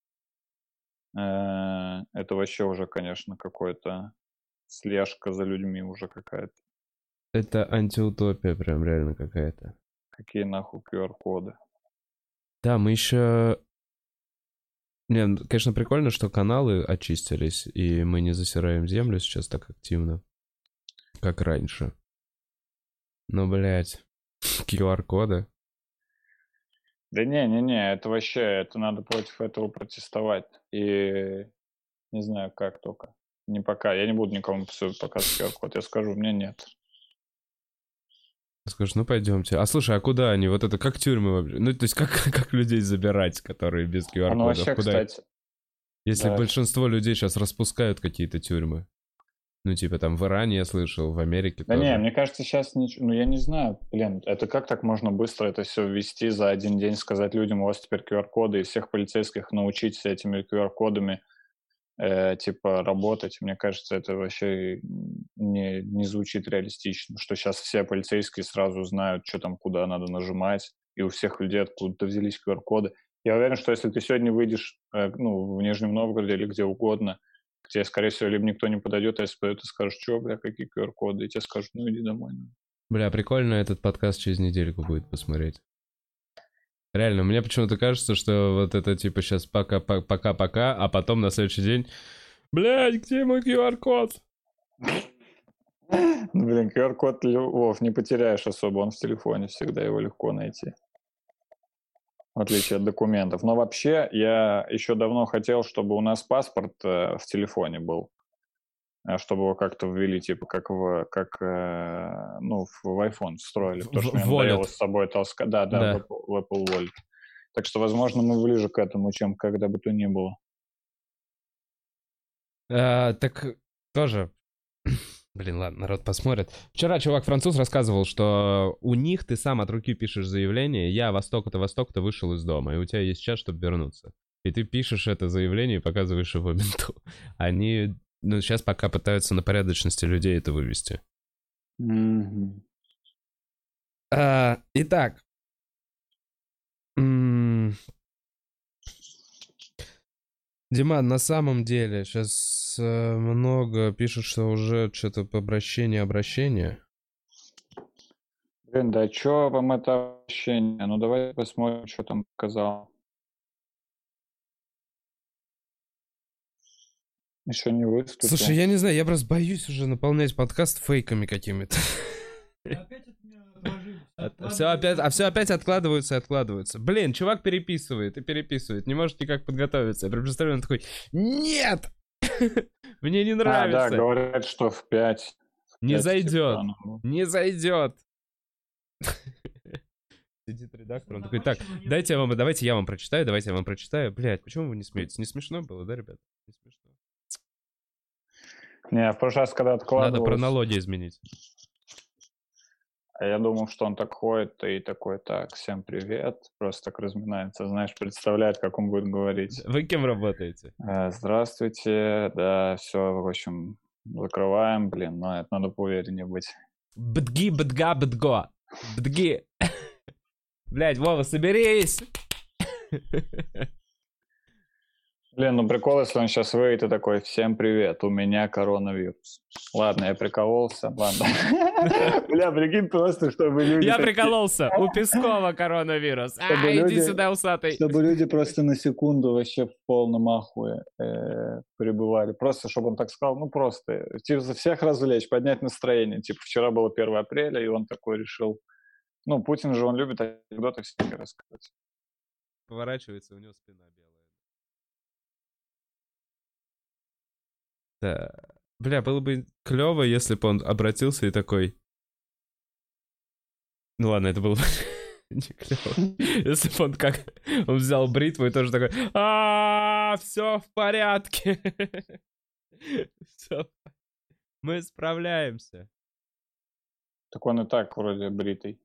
Э, Это вообще уже, конечно, какой-то слежка за людьми уже какая-то. Это антиутопия прям реально какая-то. Какие нахуй ку ар-коды? Да, мы еще... Не, ну, конечно, прикольно, что каналы очистились, и мы не засираем землю сейчас так активно, как раньше. Но, блядь, ку ар-коды. Да не-не-не, это вообще, это надо против этого протестовать. И не знаю, как только. Не пока. Я не буду никому всё показывать ку ар-код. Я скажу, мне нет. Скажешь, ну пойдемте. А слушай, а куда они? Вот это как тюрьмы вообще? Ну, то есть как, как людей забирать, которые без ку Оно ар-кодов? вообще, Куда? кстати, Если да. большинство людей сейчас распускают какие-то тюрьмы. Ну, типа там в Иране я слышал, в Америке Да не, тоже. мне кажется, сейчас ничего... Ну, я не знаю, блин, это как так можно быстро это все ввести за один день, сказать людям, у вас теперь ку ар-коды, и всех полицейских научить с этими ку ар-кодами, э, типа, работать. Мне кажется, это вообще не, не звучит реалистично, что сейчас все полицейские сразу знают, что там, куда надо нажимать, и у всех людей откуда-то взялись ку ар-коды. Я уверен, что если ты сегодня выйдешь, э, ну, в Нижнем Новгороде или где угодно, к тебе, скорее всего, либо никто не подойдет, а если подойдет, ты скажешь, что, бля, какие ку ар-коды, и тебе скажут, ну, иди домой. Бля, прикольно этот подкаст через недельку будет посмотреть. Реально, мне почему-то кажется, что вот это типа сейчас пока-пока-пока, а потом на следующий день... Блядь, где мой ку ар-код? Ну, блин, ку ар-код, Вов, не потеряешь особо, он в телефоне всегда, его легко найти. В отличие от документов. Но вообще, я еще давно хотел, чтобы у нас паспорт э, в телефоне был. э, Чтобы его как-то ввели, типа, как в, как, э, ну, в, в iPhone встроили. Потому что В мне надоело Wallet. с собой таскать. Да, да, в Да. Apple, в Apple Wallet. Так что, возможно, мы ближе к этому, чем когда бы то ни было. А, так тоже. Блин, ладно, народ посмотрит. Вчера чувак-француз рассказывал, что у них ты сам от руки пишешь заявление, я во столько-то, во столько-то вышел из дома, и у тебя есть час, чтобы вернуться. И ты пишешь это заявление и показываешь его менту. Они, ну, сейчас пока пытаются на порядочности людей это вывести. Mm-hmm. А, итак. М- Диман, на самом деле, сейчас э, много пишут, что уже что-то по обращению, обращение. Блин, да чё вам это обращение? Ну давай посмотрим, что там сказал. Еще не выступил. Слушай, я не знаю, я просто боюсь уже наполнять подкаст фейками какими-то. Все опять, а все опять откладываются и откладываются. Блин, чувак переписывает и переписывает, не может никак подготовиться. Я прям представляю, он такой: нет! Мне не нравится. А, да, говорят, что в пять. Не зайдет, не зайдет. Сидит редактор, он такой: так, дайте я вам, давайте я вам прочитаю, давайте я вам прочитаю. Блядь, почему вы не смеетесь? Не смешно было, да, ребят? Не смешно. Не, в прошлый раз, когда откладывалось... Надо хронологию изменить. А я думал, что он так ходит и такой: так, всем привет, просто так разминается, знаешь, представляет, как он будет говорить. Вы кем работаете? Здравствуйте, да, все, в общем, закрываем, блин, но это надо поувереннее быть. Бдги, бдга, бдго. Бдги. Блядь, Вова, соберись! Блин, ну прикол, если он сейчас выйдет и такой: всем привет, у меня коронавирус. Ладно, я прикололся, ладно. Бля, прикинь просто, чтобы люди... Я прикололся, у Пескова коронавирус. А, иди сюда, усатый. Чтобы люди просто на секунду вообще в полном ахуе пребывали. Просто, чтобы он так сказал, ну просто, типа, всех развлечь, поднять настроение. Типа, вчера было первое апреля, и он такой решил... Ну, Путин же, он любит анекдоты всякие рассказывать. Поворачивается, у него спина белая. Да. Бля, было бы клево, если бы он обратился и такой... Ну ладно, это было бы не клево. Если бы он как... Он взял бритву и тоже такой: а все в порядке. Все. Мы справляемся. Так он и так вроде бритый.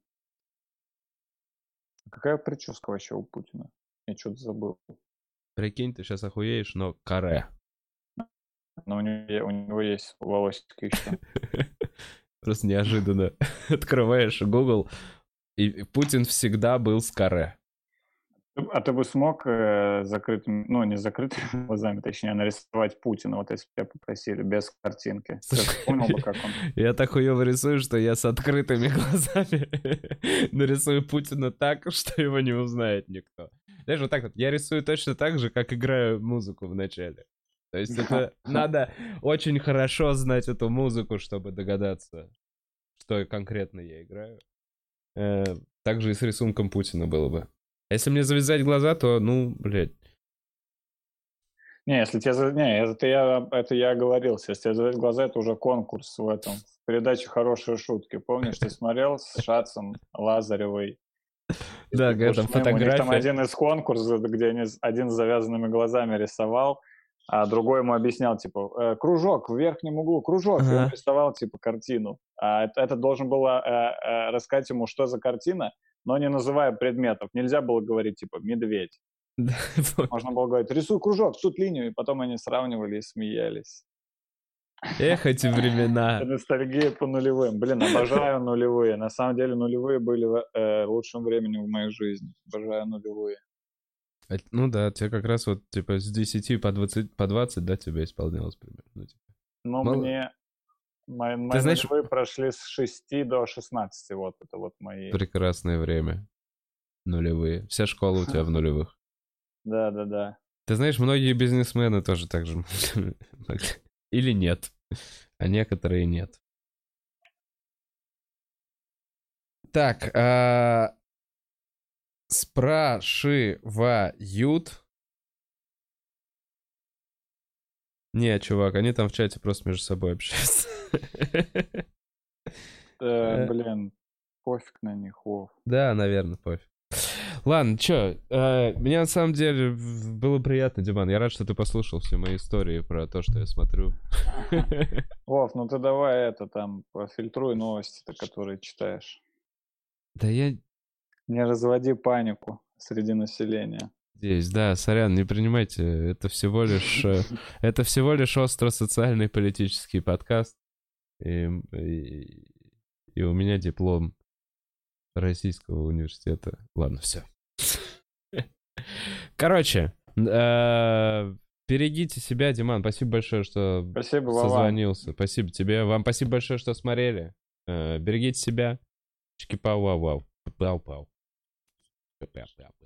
Какая прическа вообще у Путина? Я что-то забыл. Прикинь, ты сейчас охуеешь, но каре. Но у него, у него есть волосики еще. Просто неожиданно открываешь Google, и Путин всегда был с каре. А ты бы смог э, закрытыми, ну не закрытыми глазами, точнее, нарисовать Путина, вот если бы тебя попросили, без картинки? Ты понял бы, как он? Я так хуёво рисую, что я с открытыми глазами нарисую Путина так, что его не узнает никто. Знаешь, вот так вот, я рисую точно так же, как играю музыку в начале. То есть это надо очень хорошо знать эту музыку, чтобы догадаться, что конкретно я играю. Так же и с рисунком Путина было бы. А если мне завязать глаза, то, ну, блядь. Не, если тебе... Не, это я, это я оговорился. Если тебе завязать глаза, это уже конкурс в этом. В передаче «Хорошие шутки». Помнишь, ты смотрел с Шацем, Лазаревой? Да, там фотография. У них там один из конкурсов, где они один с завязанными глазами рисовал, а другой ему объяснял, типа, кружок в верхнем углу, кружок. И он рисовал, типа, картину. А это, это должен был э, э, рассказать ему, что за картина, но не называя предметов. Нельзя было говорить, типа, медведь. Можно было говорить: рисуй кружок, тут линию. И потом они сравнивали и смеялись. Эх, эти времена. Ностальгия по нулевым. Блин, обожаю нулевые. На самом деле нулевые были э, лучшим временем в моей жизни. Обожаю нулевые. Ну да, тебе как раз вот, типа, с десяти по двадцать, по двадцать, да, тебе исполнялось примерно. Ну, типа. Но Мало... мне... Мои, мои знаешь... нулевые прошли с шести до шестнадцати. Вот это вот мои... Прекрасное время. Нулевые. Вся школа у тебя в нулевых. Да, да, да. Ты знаешь, многие бизнесмены тоже так же или нет, а некоторые нет. Так, а... спрашивают. Не, чувак, они там в чате просто между собой общаются. Блин, пофиг на них, Вов. Да, наверное, пофиг. Ладно, чё, э, мне на самом деле в- было приятно, Диман. Я рад, что ты послушал все мои истории про то, что я смотрю. Вов, ну ты давай это там пофильтруй новости-то, которые читаешь. Да я Не разводи панику среди населения. здесь, да, сорян, не принимайте. Это всего лишь, э, это всего лишь остро-социальный политический подкаст. И, и, и у меня диплом Российского университета. Ладно, все. Короче, э, берегите себя, Диман. Спасибо большое, что Спасибо, Вован. созвонился. Спасибо тебе. Вам спасибо большое, что смотрели. Э, Берегите себя. Чики-пау-вау-вау. Пау-пау. Пау-пау.